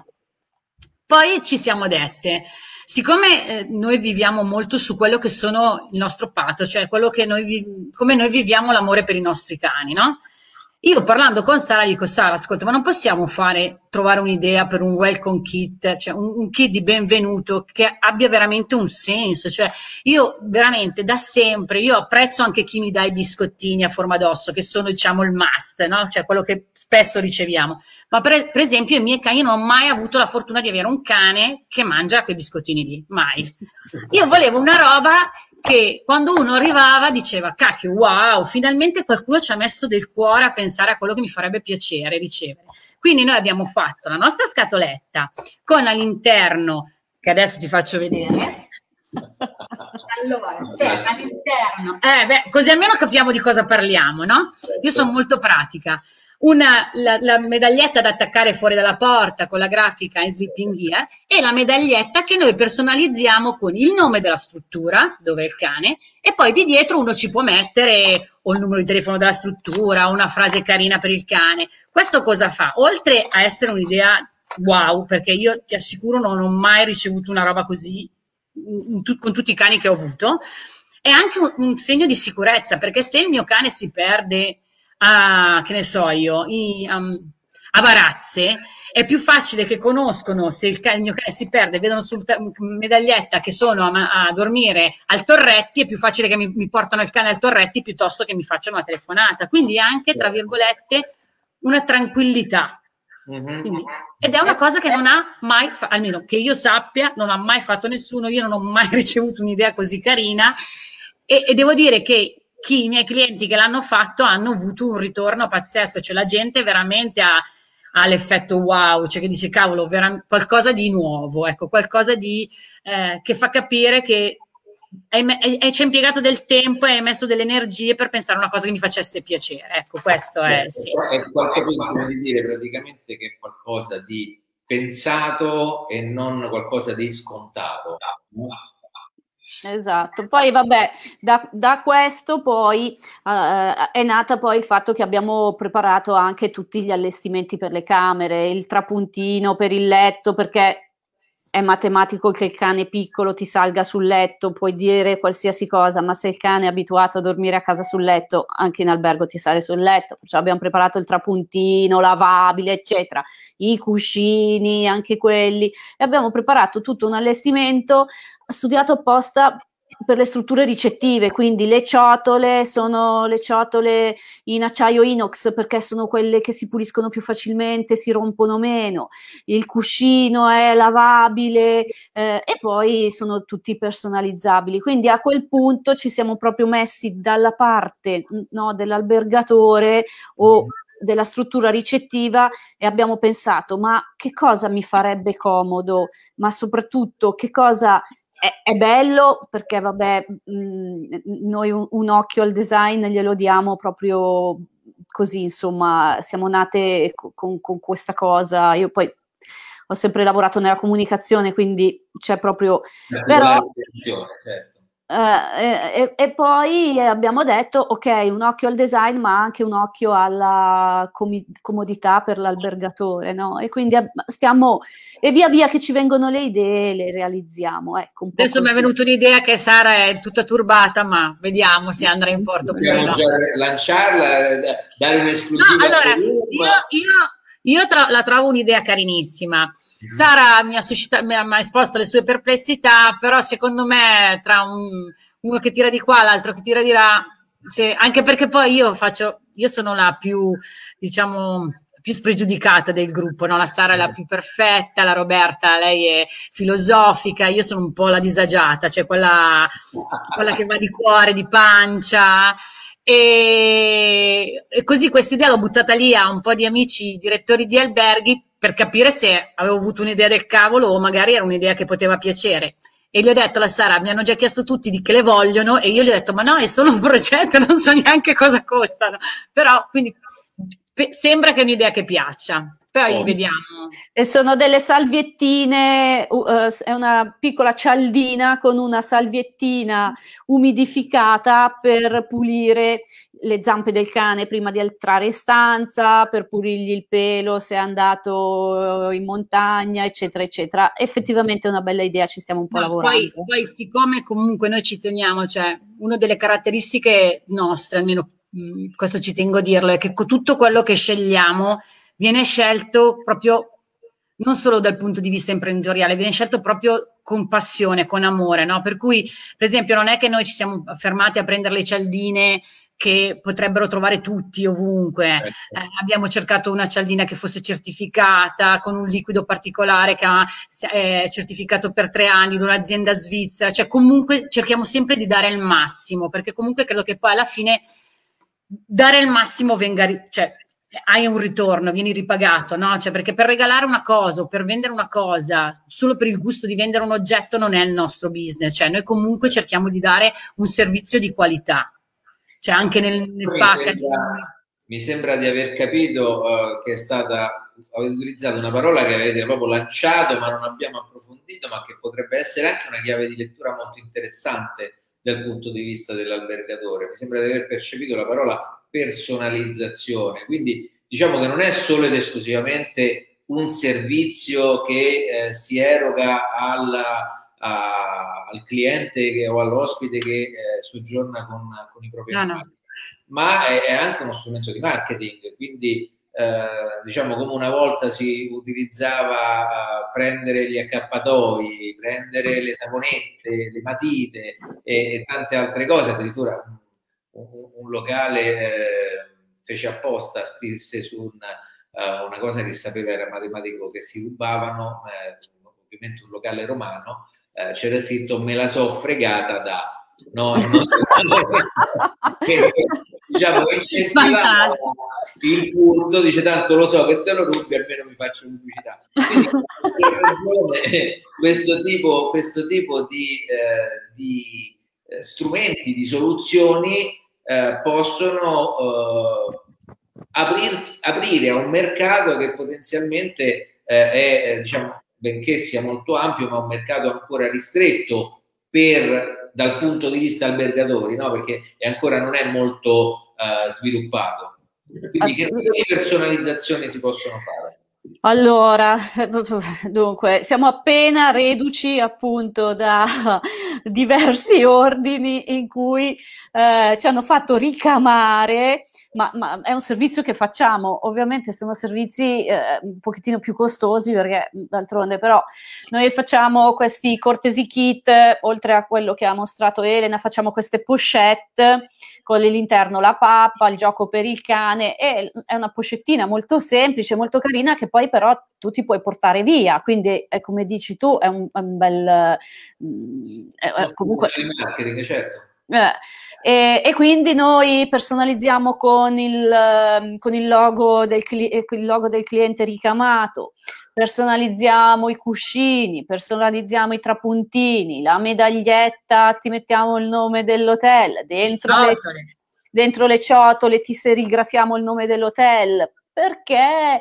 Poi ci siamo dette, siccome noi viviamo molto su quello che sono il nostro patto, cioè quello che come noi viviamo l'amore per i nostri cani, no? Io parlando con Sara dico: Sara, ascolta, ma non possiamo trovare un'idea per un welcome kit, cioè un kit di benvenuto che abbia veramente un senso. Cioè, io veramente da sempre, io apprezzo anche chi mi dà i biscottini a forma d'osso, che sono, diciamo, il must, no? Cioè quello che spesso riceviamo. Ma per esempio i miei cani, io non ho mai avuto la fortuna di avere un cane che mangia quei biscottini lì, mai. Io volevo una roba che quando uno arrivava diceva: cacchio, wow, finalmente qualcuno ci ha messo del cuore a pensare a quello che mi farebbe piacere ricevere. Quindi noi abbiamo fatto la nostra scatoletta con all'interno, che adesso ti faccio vedere. Allora, c'è all'interno, così almeno capiamo di cosa parliamo, no? Io sono molto pratica. La medaglietta da attaccare fuori dalla porta con la grafica in Sleeping Gear, e la medaglietta che noi personalizziamo con il nome della struttura, dove è il cane, e poi di dietro uno ci può mettere o il numero di telefono della struttura o una frase carina per il cane. Questo cosa fa? Oltre a essere un'idea wow, perché io ti assicuro non ho mai ricevuto una roba così con tutti i cani che ho avuto, è anche un segno di sicurezza, perché se il mio cane si perde che ne so io, a Varazze, è più facile che conoscono, se il mio cane si perde, vedono sul medaglietta che sono a dormire al Torretti, è più facile che mi portano il cane al Torretti piuttosto che mi facciano una telefonata. Quindi anche, tra virgolette, una tranquillità. Quindi, ed è una cosa che non ha mai, almeno che io sappia, non ha mai fatto nessuno. Io non ho mai ricevuto un'idea così carina, e devo dire che i miei clienti che l'hanno fatto hanno avuto un ritorno pazzesco, cioè la gente veramente ha l'effetto wow, cioè che dice cavolo, qualcosa di nuovo, ecco, qualcosa di che fa capire che ci ha impiegato del tempo e hai messo delle energie per pensare a una cosa che mi facesse piacere. Ecco, questo è il senso. È qualcosa di dire praticamente che è qualcosa di pensato e non qualcosa di scontato. Esatto, poi vabbè, da questo poi è nata poi il fatto che abbiamo preparato anche tutti gli allestimenti per le camere, il trapuntino per il letto, perché è matematico che il cane piccolo ti salga sul letto, puoi dire qualsiasi cosa, ma se il cane è abituato a dormire a casa sul letto, anche in albergo ti sale sul letto. Cioè abbiamo preparato il trapuntino lavabile, eccetera, i cuscini, anche quelli, e abbiamo preparato tutto un allestimento studiato apposta per le strutture ricettive, quindi le ciotole sono le ciotole in acciaio inox perché sono quelle che si puliscono più facilmente, si rompono meno, il cuscino è lavabile, e poi sono tutti personalizzabili, quindi a quel punto ci siamo proprio messi dalla parte, no, dell'albergatore o della struttura ricettiva, e abbiamo pensato: ma che cosa mi farebbe comodo, ma soprattutto che cosa è bello, perché vabbè, noi un occhio al design glielo diamo proprio così, insomma, siamo nate con questa cosa. Io poi ho sempre lavorato nella comunicazione, quindi c'è proprio, però certo. E poi abbiamo detto ok, un occhio al design ma anche un occhio alla comodità per l'albergatore, no? E quindi stiamo, e via via che ci vengono le idee le realizziamo, ecco, un po' adesso mi è venuta un'idea che Sara è tutta turbata, ma vediamo se andrà in porto. Dobbiamo già lanciarla, dare un'esclusiva. No, allora, io la trovo un'idea carinissima. Sara mi ha esposto le sue perplessità, però secondo me tra uno che tira di qua, l'altro che tira di là, anche perché poi io sono la più, diciamo, più spregiudicata del gruppo, no? La Sara è la più perfetta, la Roberta, lei è filosofica, io sono un po' la disagiata, cioè quella che va di cuore, di pancia. E così questa idea l'ho buttata lì a un po' di amici direttori di alberghi per capire se avevo avuto un'idea del cavolo o magari era un'idea che poteva piacere. E gli ho detto alla Sara, mi hanno già chiesto tutti di che le vogliono, e io gli ho detto: ma no, è solo un progetto, non so neanche cosa costano. Però quindi sembra che è un'idea che piaccia. Poi vediamo. E sono delle salviettine, è una piccola cialdina con una salviettina umidificata per pulire le zampe del cane prima di entrare in stanza, per pulirgli il pelo se è andato in montagna, eccetera, eccetera. Effettivamente è una bella idea, ci stiamo un po' lavorando. Poi siccome comunque noi ci teniamo, cioè una delle caratteristiche nostre, almeno questo ci tengo a dirlo, è che tutto quello che scegliamo viene scelto proprio non solo dal punto di vista imprenditoriale, viene scelto proprio con passione, con amore, no? Per cui, per esempio, non è che noi ci siamo fermati a prendere le cialdine che potrebbero trovare tutti ovunque. Abbiamo cercato una cialdina che fosse certificata con un liquido particolare che è certificato per 3 anni da un'azienda svizzera, cioè comunque cerchiamo sempre di dare il massimo, perché comunque credo che poi alla fine dare il massimo cioè hai un ritorno, vieni ripagato, no? Cioè, perché per regalare una cosa o per vendere una cosa solo per il gusto di vendere un oggetto non è il nostro business, cioè noi comunque cerchiamo di dare un servizio di qualità, cioè anche nel packaging. Mi sembra di aver capito che è stata, avete utilizzato una parola che avete proprio lanciato ma non abbiamo approfondito, ma che potrebbe essere anche una chiave di lettura molto interessante dal punto di vista dell'albergatore. Mi sembra di aver percepito la parola personalizzazione, quindi diciamo che non è solo ed esclusivamente un servizio che si eroga al cliente o all'ospite che soggiorna con i propri animali, ma è anche uno strumento di marketing, quindi diciamo come una volta si utilizzava prendere gli accappatoi, prendere le saponette, le matite e tante altre cose, addirittura un locale fece apposta, scrisse su una cosa che sapeva era matematico, che si rubavano, ovviamente un locale romano, c'era scritto me la so fregata da... No, diciamo incentivava il furto, dice tanto lo so che te lo rubi, almeno mi faccio pubblicità. Quindi questo tipo di strumenti, di soluzioni possono aprire a un mercato che potenzialmente è, diciamo, benché sia molto ampio, ma un mercato ancora ristretto dal punto di vista albergatori, no? Perché ancora non è molto sviluppato. Quindi che tipo di personalizzazioni si possono fare? Allora, dunque, siamo appena reduci appunto da diversi ordini in cui ci hanno fatto ricamare, ma è un servizio che facciamo, ovviamente sono servizi un pochettino più costosi perché d'altronde però noi facciamo questi courtesy kit, oltre a quello che ha mostrato Elena, facciamo queste pochette con all'interno la pappa, il gioco per il cane, e è una pochettina molto semplice, molto carina, che poi però tu ti puoi portare via, quindi come dici tu è un bel comunque marketing, certo. E quindi noi personalizziamo con il logo del cliente ricamato, personalizziamo i cuscini, personalizziamo i trapuntini, la medaglietta, ti mettiamo il nome dell'hotel, dentro le ciotole ti serigrafiamo il nome dell'hotel, perché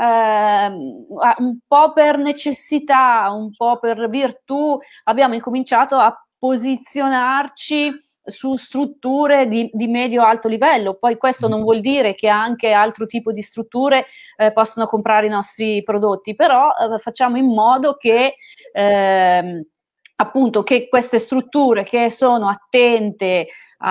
un po' per necessità, un po' per virtù abbiamo incominciato a posizionarci su strutture di medio-alto livello. Poi questo non vuol dire che anche altro tipo di strutture possono comprare i nostri prodotti, però facciamo in modo che appunto che queste strutture che sono attente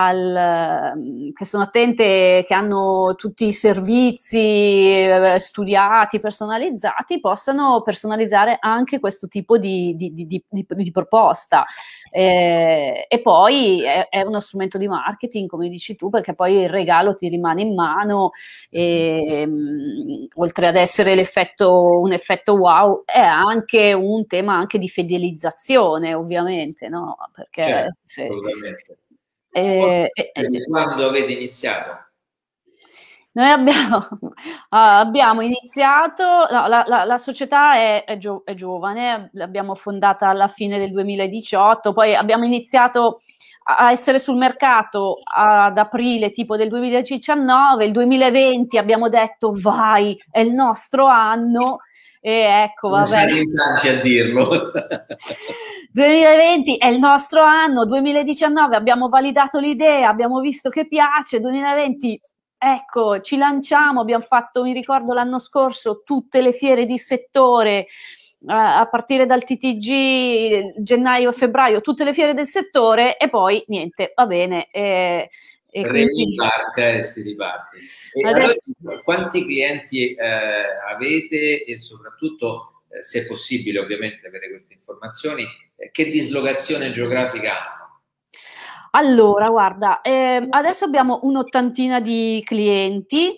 che hanno tutti i servizi studiati, personalizzati, possano personalizzare anche questo tipo di proposta. E poi è uno strumento di marketing, come dici tu, perché poi il regalo ti rimane in mano e oltre ad essere un effetto wow, è anche un tema anche di fidelizzazione, ovviamente, no? Perché assolutamente. Quando avete iniziato? Noi abbiamo iniziato, no, la società è giovane, l'abbiamo fondata alla fine del 2018, poi abbiamo iniziato a essere sul mercato ad aprile tipo del 2019, il 2020 abbiamo detto vai, è il nostro anno. E ecco, vabbè. Non in tanti a dirlo. 2020 è il nostro anno, 2019 abbiamo validato l'idea, abbiamo visto che piace, 2020 ecco, ci lanciamo, abbiamo fatto, mi ricordo l'anno scorso, tutte le fiere di settore, a partire dal TTG, gennaio e febbraio, tutte le fiere del settore, e poi niente, va bene, E Premi quindi in barca e si riparte. E adesso, allora, quanti clienti avete e soprattutto, se è possibile ovviamente avere queste informazioni, che dislocazione geografica hanno? allora, guarda, adesso abbiamo un'ottantina di clienti,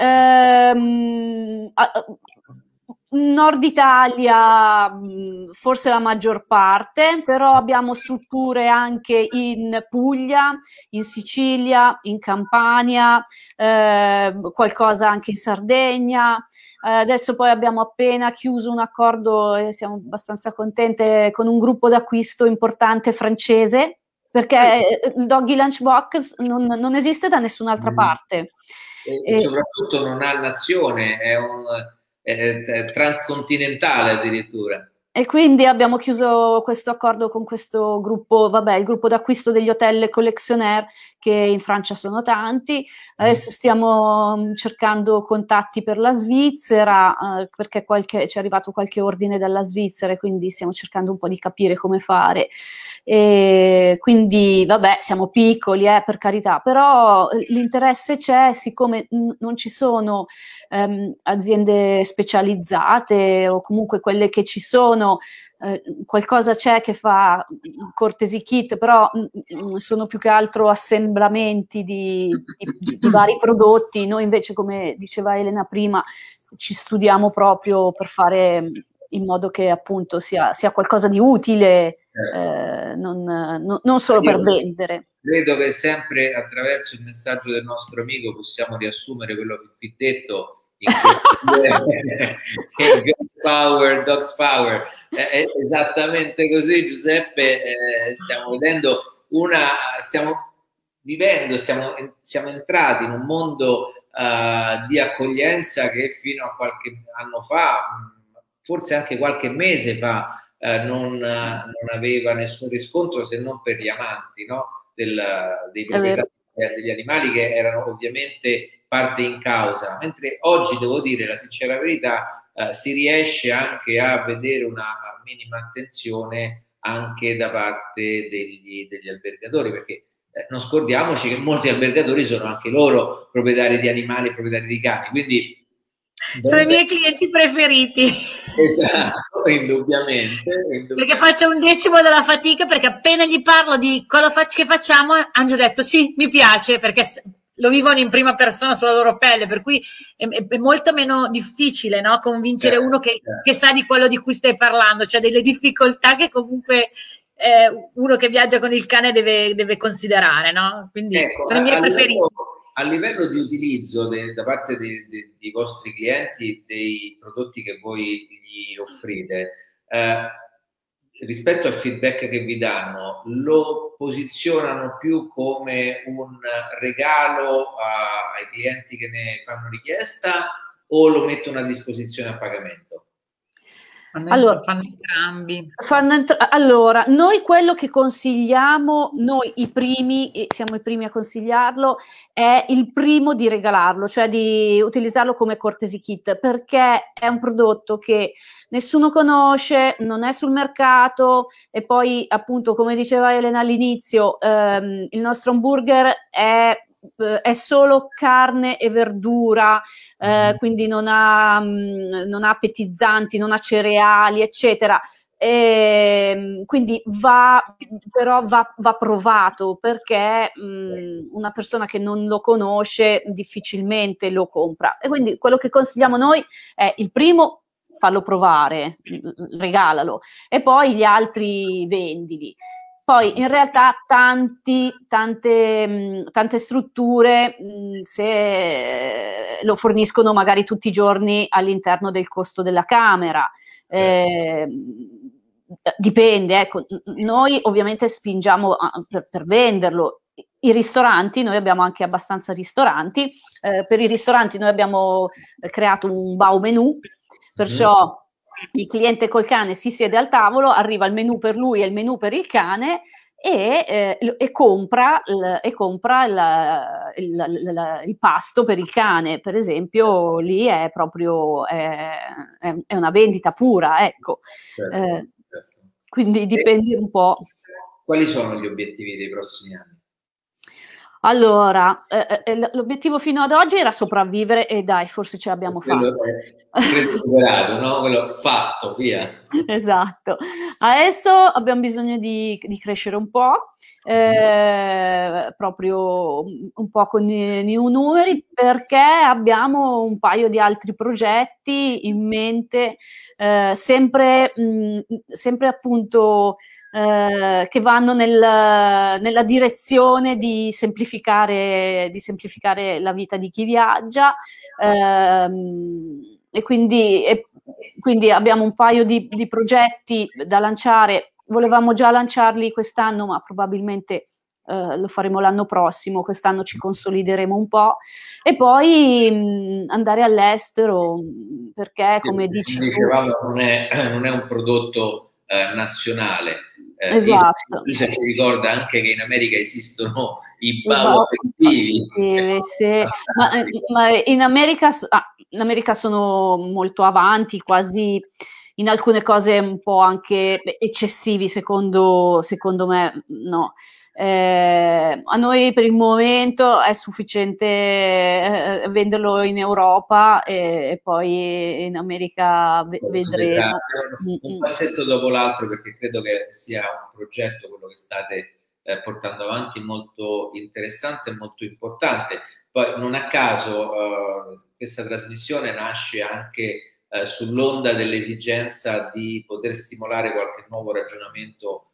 Nord Italia, forse la maggior parte, però abbiamo strutture anche in Puglia, in Sicilia, in Campania, qualcosa anche in Sardegna. Adesso poi abbiamo appena chiuso un accordo e siamo abbastanza contente con un gruppo d'acquisto importante francese, perché il Doggy Lunchbox non esiste da nessun'altra parte. E soprattutto non ha nazione, è transcontinentale addirittura. E quindi abbiamo chiuso questo accordo con questo gruppo, vabbè, il gruppo d'acquisto degli hotel collectionnaire, che in Francia sono tanti. Adesso stiamo cercando contatti per la Svizzera, perché ci è arrivato qualche ordine dalla Svizzera e quindi stiamo cercando un po' di capire come fare. E quindi, vabbè, siamo piccoli, per carità, però l'interesse c'è, siccome non ci sono aziende specializzate o comunque quelle che ci sono, qualcosa c'è che fa courtesy kit, però sono più che altro assemblamenti di vari prodotti. Noi invece, come diceva Elena prima, ci studiamo proprio per fare in modo che appunto sia qualcosa di utile, non solo per vendere. Credo che sempre attraverso il messaggio del nostro amico possiamo riassumere quello che qui detto in Girls Power, Dogs Power. È esattamente così, Giuseppe. Stiamo vedendo stiamo vivendo, siamo entrati in un mondo di accoglienza che fino a qualche anno fa, forse anche qualche mese fa, non aveva nessun riscontro, se non per gli amanti, no? Dei proprietari degli animali, che erano ovviamente parte in causa, mentre oggi, devo dire la sincera verità, si riesce anche a vedere una minima attenzione anche da parte degli albergatori, perché non scordiamoci che molti albergatori sono anche loro proprietari di animali, proprietari di cani, quindi sono i miei clienti preferiti. Esatto, indubbiamente. Perché faccio un decimo della fatica, perché appena gli parlo di cosa che facciamo, hanno già detto sì, mi piace, perché lo vivono in prima persona sulla loro pelle, per cui è molto meno difficile, no? Convincere uno che sa di quello di cui stai parlando, cioè delle difficoltà che comunque uno che viaggia con il cane deve considerare, no? Quindi sono i miei preferiti. A livello di utilizzo da parte dei vostri clienti dei prodotti che voi gli offrite, rispetto al feedback che vi danno, lo posizionano più come un regalo ai clienti che ne fanno richiesta o lo mettono a disposizione a pagamento? Allora, fanno entrambi. Allora, noi quello che consigliamo, siamo i primi a consigliarlo, è il primo di regalarlo, cioè di utilizzarlo come courtesy kit, perché è un prodotto che nessuno conosce, non è sul mercato, e poi appunto, come diceva Elena all'inizio, il nostro hamburger è solo carne e verdura, quindi non ha appetizzanti, non ha cereali, eccetera. Quindi va provato, perché una persona che non lo conosce difficilmente lo compra, e quindi quello che consigliamo noi è il primo: fallo provare, regalalo, e poi gli altri vendili. Poi in realtà tante strutture se lo forniscono magari tutti i giorni all'interno del costo della camera. Dipende, ecco. Noi ovviamente spingiamo per venderlo. I ristoranti, noi abbiamo anche abbastanza ristoranti, per i ristoranti noi abbiamo creato un Bao menù, perciò il cliente col cane si siede al tavolo, arriva il menù per lui e il menù per il cane, e compra il pasto per il cane, per esempio. Lì è proprio è una vendita pura, ecco. Certo. Quindi dipende un po'. Quali sono gli obiettivi dei prossimi anni? Allora, l'obiettivo fino ad oggi era sopravvivere e dai, forse ce l'abbiamo fatta. Quello superato, no? Quello fatto, via. Esatto. Adesso abbiamo bisogno di crescere un po', proprio un po' con i new numeri, perché abbiamo un paio di altri progetti in mente, sempre appunto che vanno nella direzione di semplificare la vita di chi viaggia, e quindi abbiamo un paio di progetti da lanciare. Volevamo già lanciarli quest'anno, ma probabilmente lo faremo l'anno prossimo. Quest'anno ci consolideremo un po' e poi andare all'estero, perché come dici tu, dicevamo, non è un prodotto nazionale. esatto. Isa ci ricorda anche che in America esistono i bao affettivi. Sì. Ma in America sono molto avanti, quasi in alcune cose un po' anche eccessivi, secondo me, no. A noi per il momento è sufficiente venderlo in Europa e poi in America vedremo. Un passetto dopo l'altro, perché credo che sia un progetto, quello che state portando avanti, molto interessante e molto importante. Poi non a caso questa trasmissione nasce anche sull'onda dell'esigenza di poter stimolare qualche nuovo ragionamento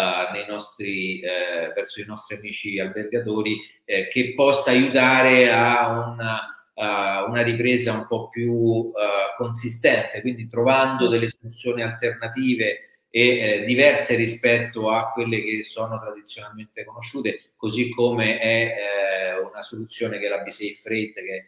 verso i nostri amici albergatori, che possa aiutare a una ripresa un po' più consistente, quindi trovando delle soluzioni alternative e diverse rispetto a quelle che sono tradizionalmente conosciute, così come è una soluzione che è la B-Safe Freight, che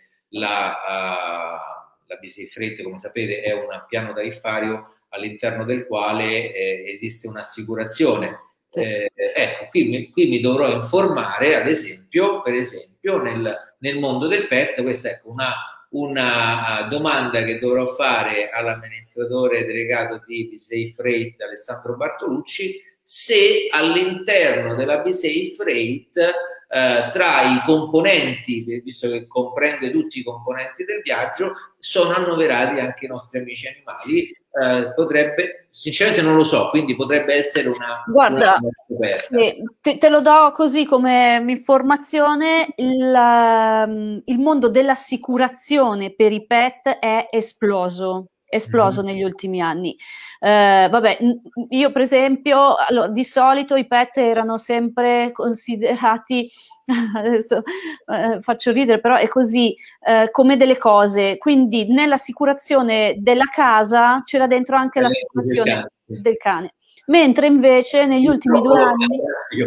la B-Safe Freight, come sapete, è un piano tariffario all'interno del quale esiste un'assicurazione. Sì. Ecco, qui mi dovrò informare, ad esempio, nel mondo del pet. Questa è una domanda che dovrò fare all'amministratore delegato di B-Safe Freight, Alessandro Bartolucci, se all'interno della B-Safe Freight tra i componenti, visto che comprende tutti i componenti del viaggio, sono annoverati anche i nostri amici animali. Potrebbe, sinceramente non lo so, quindi potrebbe essere Guarda, una scoperta. sì, te lo do così come informazione: il mondo dell'assicurazione per i pet è esploso negli ultimi anni. Vabbè, io per esempio, allora, di solito i pet erano sempre considerati, adesso faccio ridere, però è così, come delle cose. Quindi nell'assicurazione della casa c'era dentro anche l'assicurazione del cane. Mentre invece negli ultimi 2 anni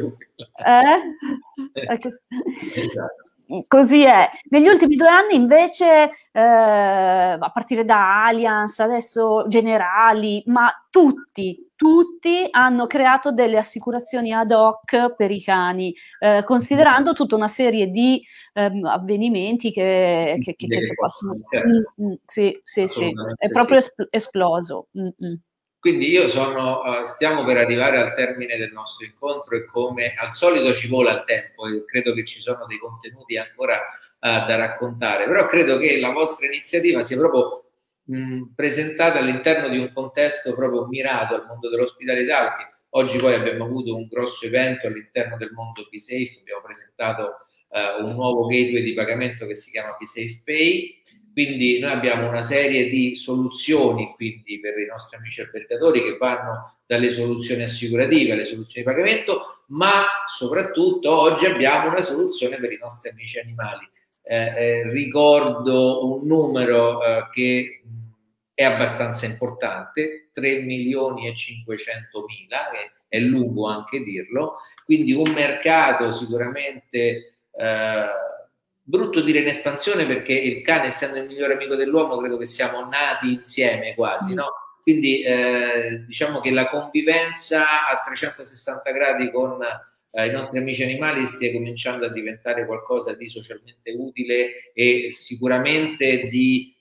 Esatto. Così è. Negli ultimi 2 anni invece, a partire da Allianz, adesso Generali, ma tutti hanno creato delle assicurazioni ad hoc per i cani, considerando tutta una serie di avvenimenti che possono... Sì, è proprio esploso. Quindi stiamo per arrivare al termine del nostro incontro e come al solito ci vola il tempo e credo che ci sono dei contenuti ancora da raccontare, però credo che la vostra iniziativa sia proprio presentata all'interno di un contesto proprio mirato al mondo dell'ospitalità, perché oggi poi abbiamo avuto un grosso evento all'interno del mondo B-Safe, abbiamo presentato un nuovo gateway di pagamento che si chiama B-Safe Pay. Quindi noi abbiamo una serie di soluzioni quindi per i nostri amici albergatori, che vanno dalle soluzioni assicurative alle soluzioni di pagamento, ma soprattutto oggi abbiamo una soluzione per i nostri amici animali. Ricordo un numero che è abbastanza importante: 3.500.000, che è lungo anche dirlo, quindi un mercato sicuramente brutto dire in espansione, perché il cane, essendo il migliore amico dell'uomo, credo che siamo nati insieme quasi, no? Quindi diciamo che la convivenza a 360 gradi con i nostri amici animali stia cominciando a diventare qualcosa di socialmente utile e sicuramente di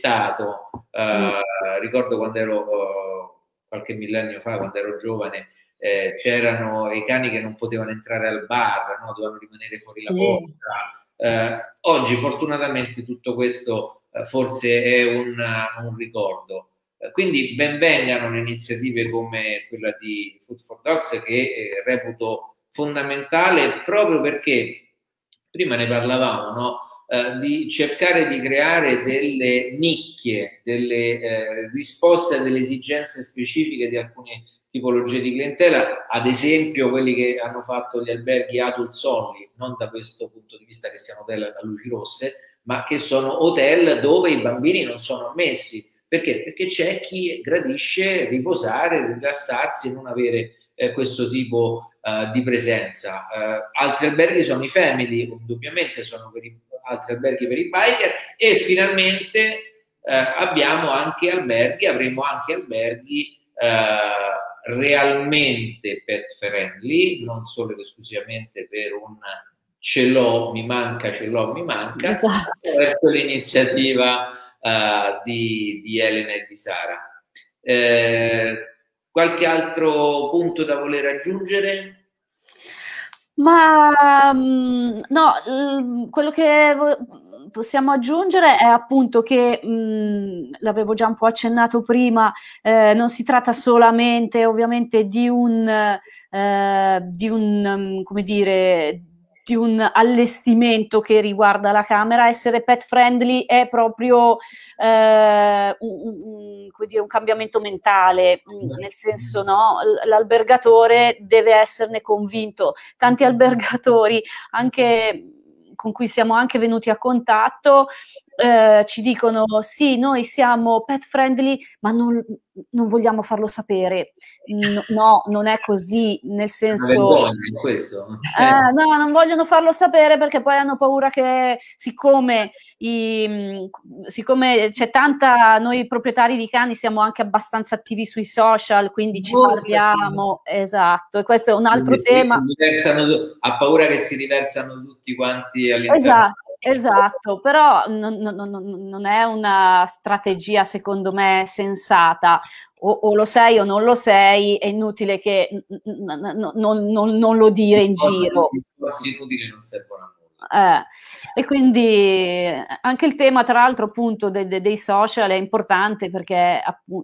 accettato. Ricordo quando ero qualche millennio fa, quando ero giovane, c'erano i cani che non potevano entrare al bar, no? Dovevano rimanere fuori la porta. Oggi fortunatamente tutto questo forse è un ricordo. Quindi ben vengano iniziative come quella di Food for Dogs, che reputo fondamentale proprio perché prima ne parlavamo, no? Di cercare di creare delle nicchie, delle risposte a delle esigenze specifiche di alcune tipologie di clientela, ad esempio quelli che hanno fatto gli alberghi adult only, non da questo punto di vista che siano hotel a luci rosse, ma che sono hotel dove i bambini non sono ammessi. Perché? Perché c'è chi gradisce riposare, rilassarsi e non avere questo tipo di presenza. Altri alberghi sono i family, indubbiamente sono altri alberghi per i biker, e finalmente avremo anche alberghi realmente pet friendly, non solo ed esclusivamente per un ce l'ho, mi manca, esatto. Verso l'iniziativa di Elena e di Sara. Qualche altro punto da voler aggiungere? Ma no, quello che possiamo aggiungere è appunto che, l'avevo già un po' accennato prima, non si tratta solamente ovviamente di un come dire, di un allestimento che riguarda la camera. Essere pet friendly è proprio come dire, un cambiamento mentale, nel senso, no, l'albergatore deve esserne convinto. Tanti albergatori, anche con cui siamo anche venuti a contatto, ci dicono sì, noi siamo pet friendly, ma non vogliamo farlo sapere. No, non è così, nel senso, questo. no, non vogliono farlo sapere perché poi hanno paura che siccome c'è tanta, noi proprietari di cani siamo anche abbastanza attivi sui social, quindi ci parliamo, esatto, e questo è un altro tema. Ha paura che si riversano tutti quanti all'interno. Esatto, però non è una strategia secondo me sensata. O lo sei o non lo sei, è inutile che non lo dire in giro. Discorsi inutili non servono a nulla. E quindi anche il tema, tra l'altro, appunto dei social è importante perché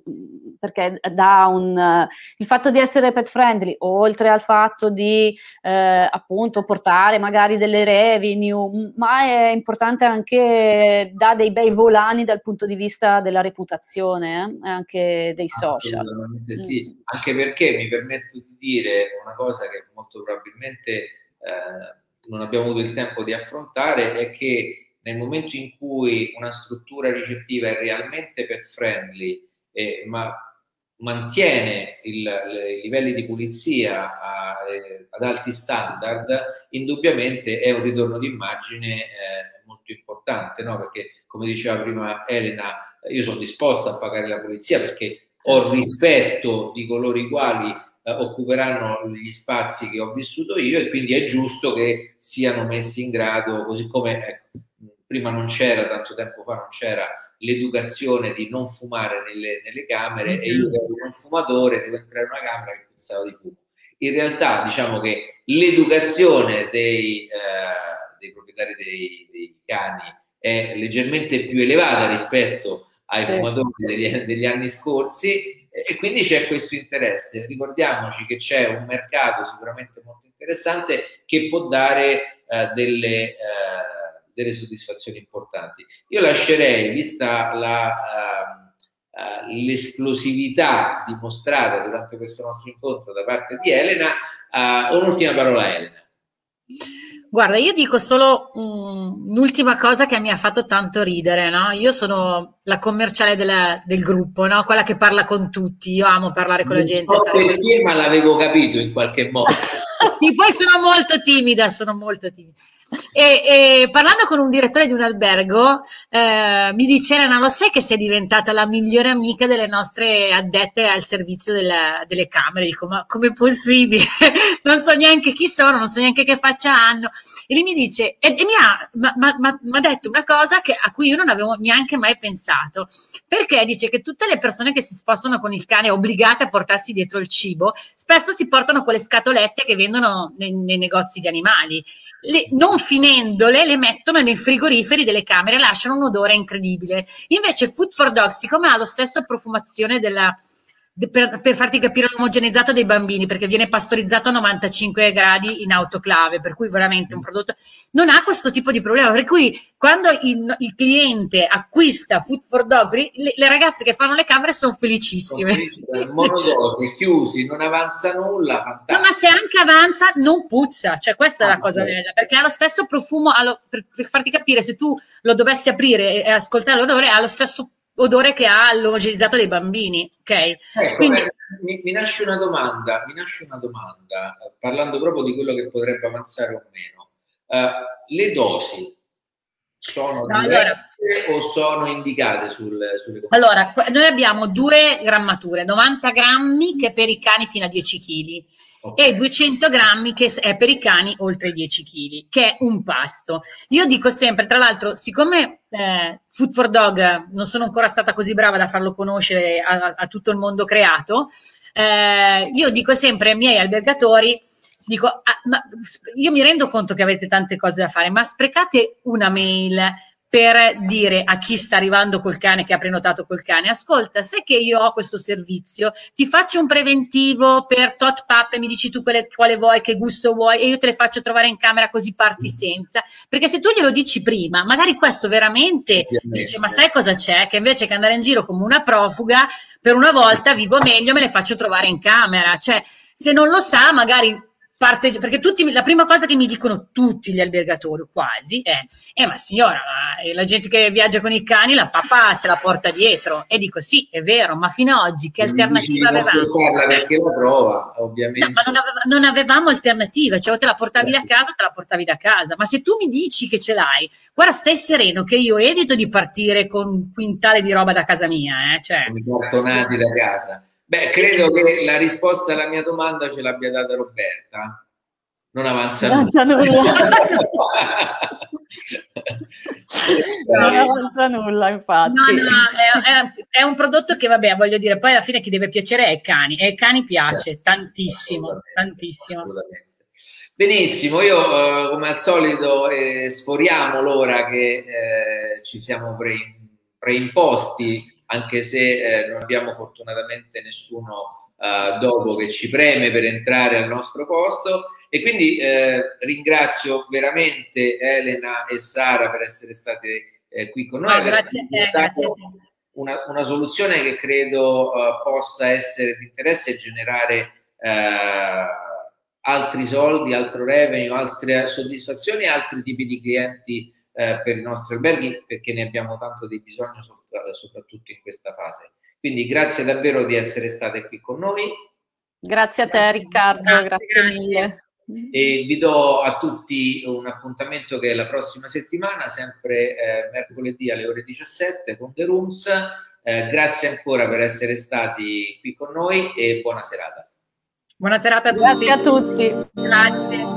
dà il fatto di essere pet friendly, oltre al fatto di appunto portare magari delle revenue, ma è importante anche, dà dei bei volani dal punto di vista della reputazione, anche dei social. Assolutamente sì, anche perché mi permetto di dire una cosa che molto probabilmente non abbiamo avuto il tempo di affrontare, è che nel momento in cui una struttura ricettiva è realmente pet friendly, ma mantiene i livelli di pulizia ad alti standard, indubbiamente è un ritorno d'immagine molto importante, no? Perché, come diceva prima Elena, io sono disposta a pagare la pulizia perché ho rispetto di coloro i quali occuperanno gli spazi che ho vissuto io, e quindi è giusto che siano messi in grado, così come prima non c'era, tanto tempo fa non c'era l'educazione di non fumare nelle camere, e io che ero un fumatore devo entrare in una camera che puzzava di fumo. In realtà diciamo che l'educazione dei proprietari dei cani è leggermente più elevata rispetto ai fumatori degli anni scorsi, e quindi c'è questo interesse. Ricordiamoci che c'è un mercato sicuramente molto interessante che può dare delle soddisfazioni importanti. Io lascerei, vista l'esplosività dimostrata durante questo nostro incontro da parte di Elena, un'ultima parola a Elena. Guarda, io dico solo un'ultima cosa che mi ha fatto tanto ridere, no? Io sono la commerciale del gruppo, no? Quella che parla con tutti. Io amo parlare con la gente. Non so perché, ma l'avevo capito in qualche modo. Sì, poi sono molto timida, E parlando con un direttore di un albergo, mi dice: Elena, lo sai che sei diventata la migliore amica delle nostre addette al servizio delle camere? Dico, ma com'è possibile? Non so neanche chi sono, non so neanche che faccia hanno. E lui mi dice, e m'ha detto una cosa a cui io non avevo neanche mai pensato, perché dice che tutte le persone che si spostano con il cane obbligate a portarsi dietro il cibo, spesso si portano quelle scatolette che vendono nei negozi di animali. Non finendole, le mettono nei frigoriferi delle camere e lasciano un odore incredibile. Invece Food for Dogs, siccome ha lo stesso profumazione per farti capire l'omogenizzato dei bambini, perché viene pastorizzato a 95 gradi in autoclave, per cui veramente un prodotto non ha questo tipo di problema, per cui quando il cliente acquista Food for Dog, le ragazze che fanno le camere sono felicissime. Monodosi, chiusi, non avanza nulla, fantastico. No, ma se anche avanza non puzza, cioè questa è la cosa bella, perché ha lo stesso profumo, per farti capire, se tu lo dovessi aprire e ascoltare l'odore, ha lo stesso odore che ha l'omogenizzato dei bambini, ok? Ecco, quindi mi nasce una domanda, parlando proprio di quello che potrebbe avanzare o meno. Le dosi sono diverse o sono indicate sulle Allora, noi abbiamo 2 grammature, 90 grammi che è per i cani fino a 10 kg. Okay. E 200 grammi che è per i cani oltre i 10 kg, che è un pasto. Io dico sempre, tra l'altro, siccome Food for Dog non sono ancora stata così brava da farlo conoscere a tutto il mondo creato, io dico sempre ai miei albergatori, dico, ma io mi rendo conto che avete tante cose da fare, ma sprecate una mail per dire a chi sta arrivando col cane, che ha prenotato col cane, ascolta, sai che io ho questo servizio, ti faccio un preventivo per tot pap e mi dici tu quale vuoi, che gusto vuoi, e io te le faccio trovare in camera così parti senza, perché se tu glielo dici prima, magari questo veramente dice, ma sai cosa c'è? Che invece che andare in giro come una profuga, per una volta vivo meglio, me le faccio trovare in camera, cioè se non lo sa magari perché la prima cosa che mi dicono tutti gli albergatori quasi è ma signora, la gente che viaggia con i cani la papà se la porta dietro, e dico sì, è vero, ma fino ad oggi che alternativa avevamo? Perché la prova, ovviamente. No, ma non avevamo alternative, cioè o te la portavi da casa o te la portavi da casa, ma se tu mi dici che ce l'hai, guarda, stai sereno che io evito di partire con un quintale di roba da casa mia, cioè. Con i cartonati da casa. Beh, credo che la risposta alla mia domanda ce l'abbia data Roberta. Non avanza nulla. Non avanza nulla, infatti. No, è un prodotto che, vabbè, voglio dire, poi alla fine chi deve piacere è ai cani, e ai cani piace tantissimo, tantissimo. Assolutamente. Benissimo, io come al solito sforiamo l'ora che ci siamo preimposti, anche se non abbiamo fortunatamente nessuno dopo che ci preme per entrare al nostro posto, e quindi ringrazio veramente Elena e Sara per essere state qui con noi. Grazie a te, grazie a te. Una soluzione che credo possa essere di interesse e generare altri soldi, altro revenue, altre soddisfazioni e altri tipi di clienti per i nostri alberghi, perché ne abbiamo tanto di bisogno soprattutto in questa fase. Quindi grazie davvero di essere state qui con noi. Grazie a te, Riccardo, grazie mille. E vi do a tutti un appuntamento che è la prossima settimana, sempre mercoledì alle ore 17 con The Rooms. Grazie ancora per essere stati qui con noi e buona serata. Buona serata a tutti. Grazie a tutti. Grazie.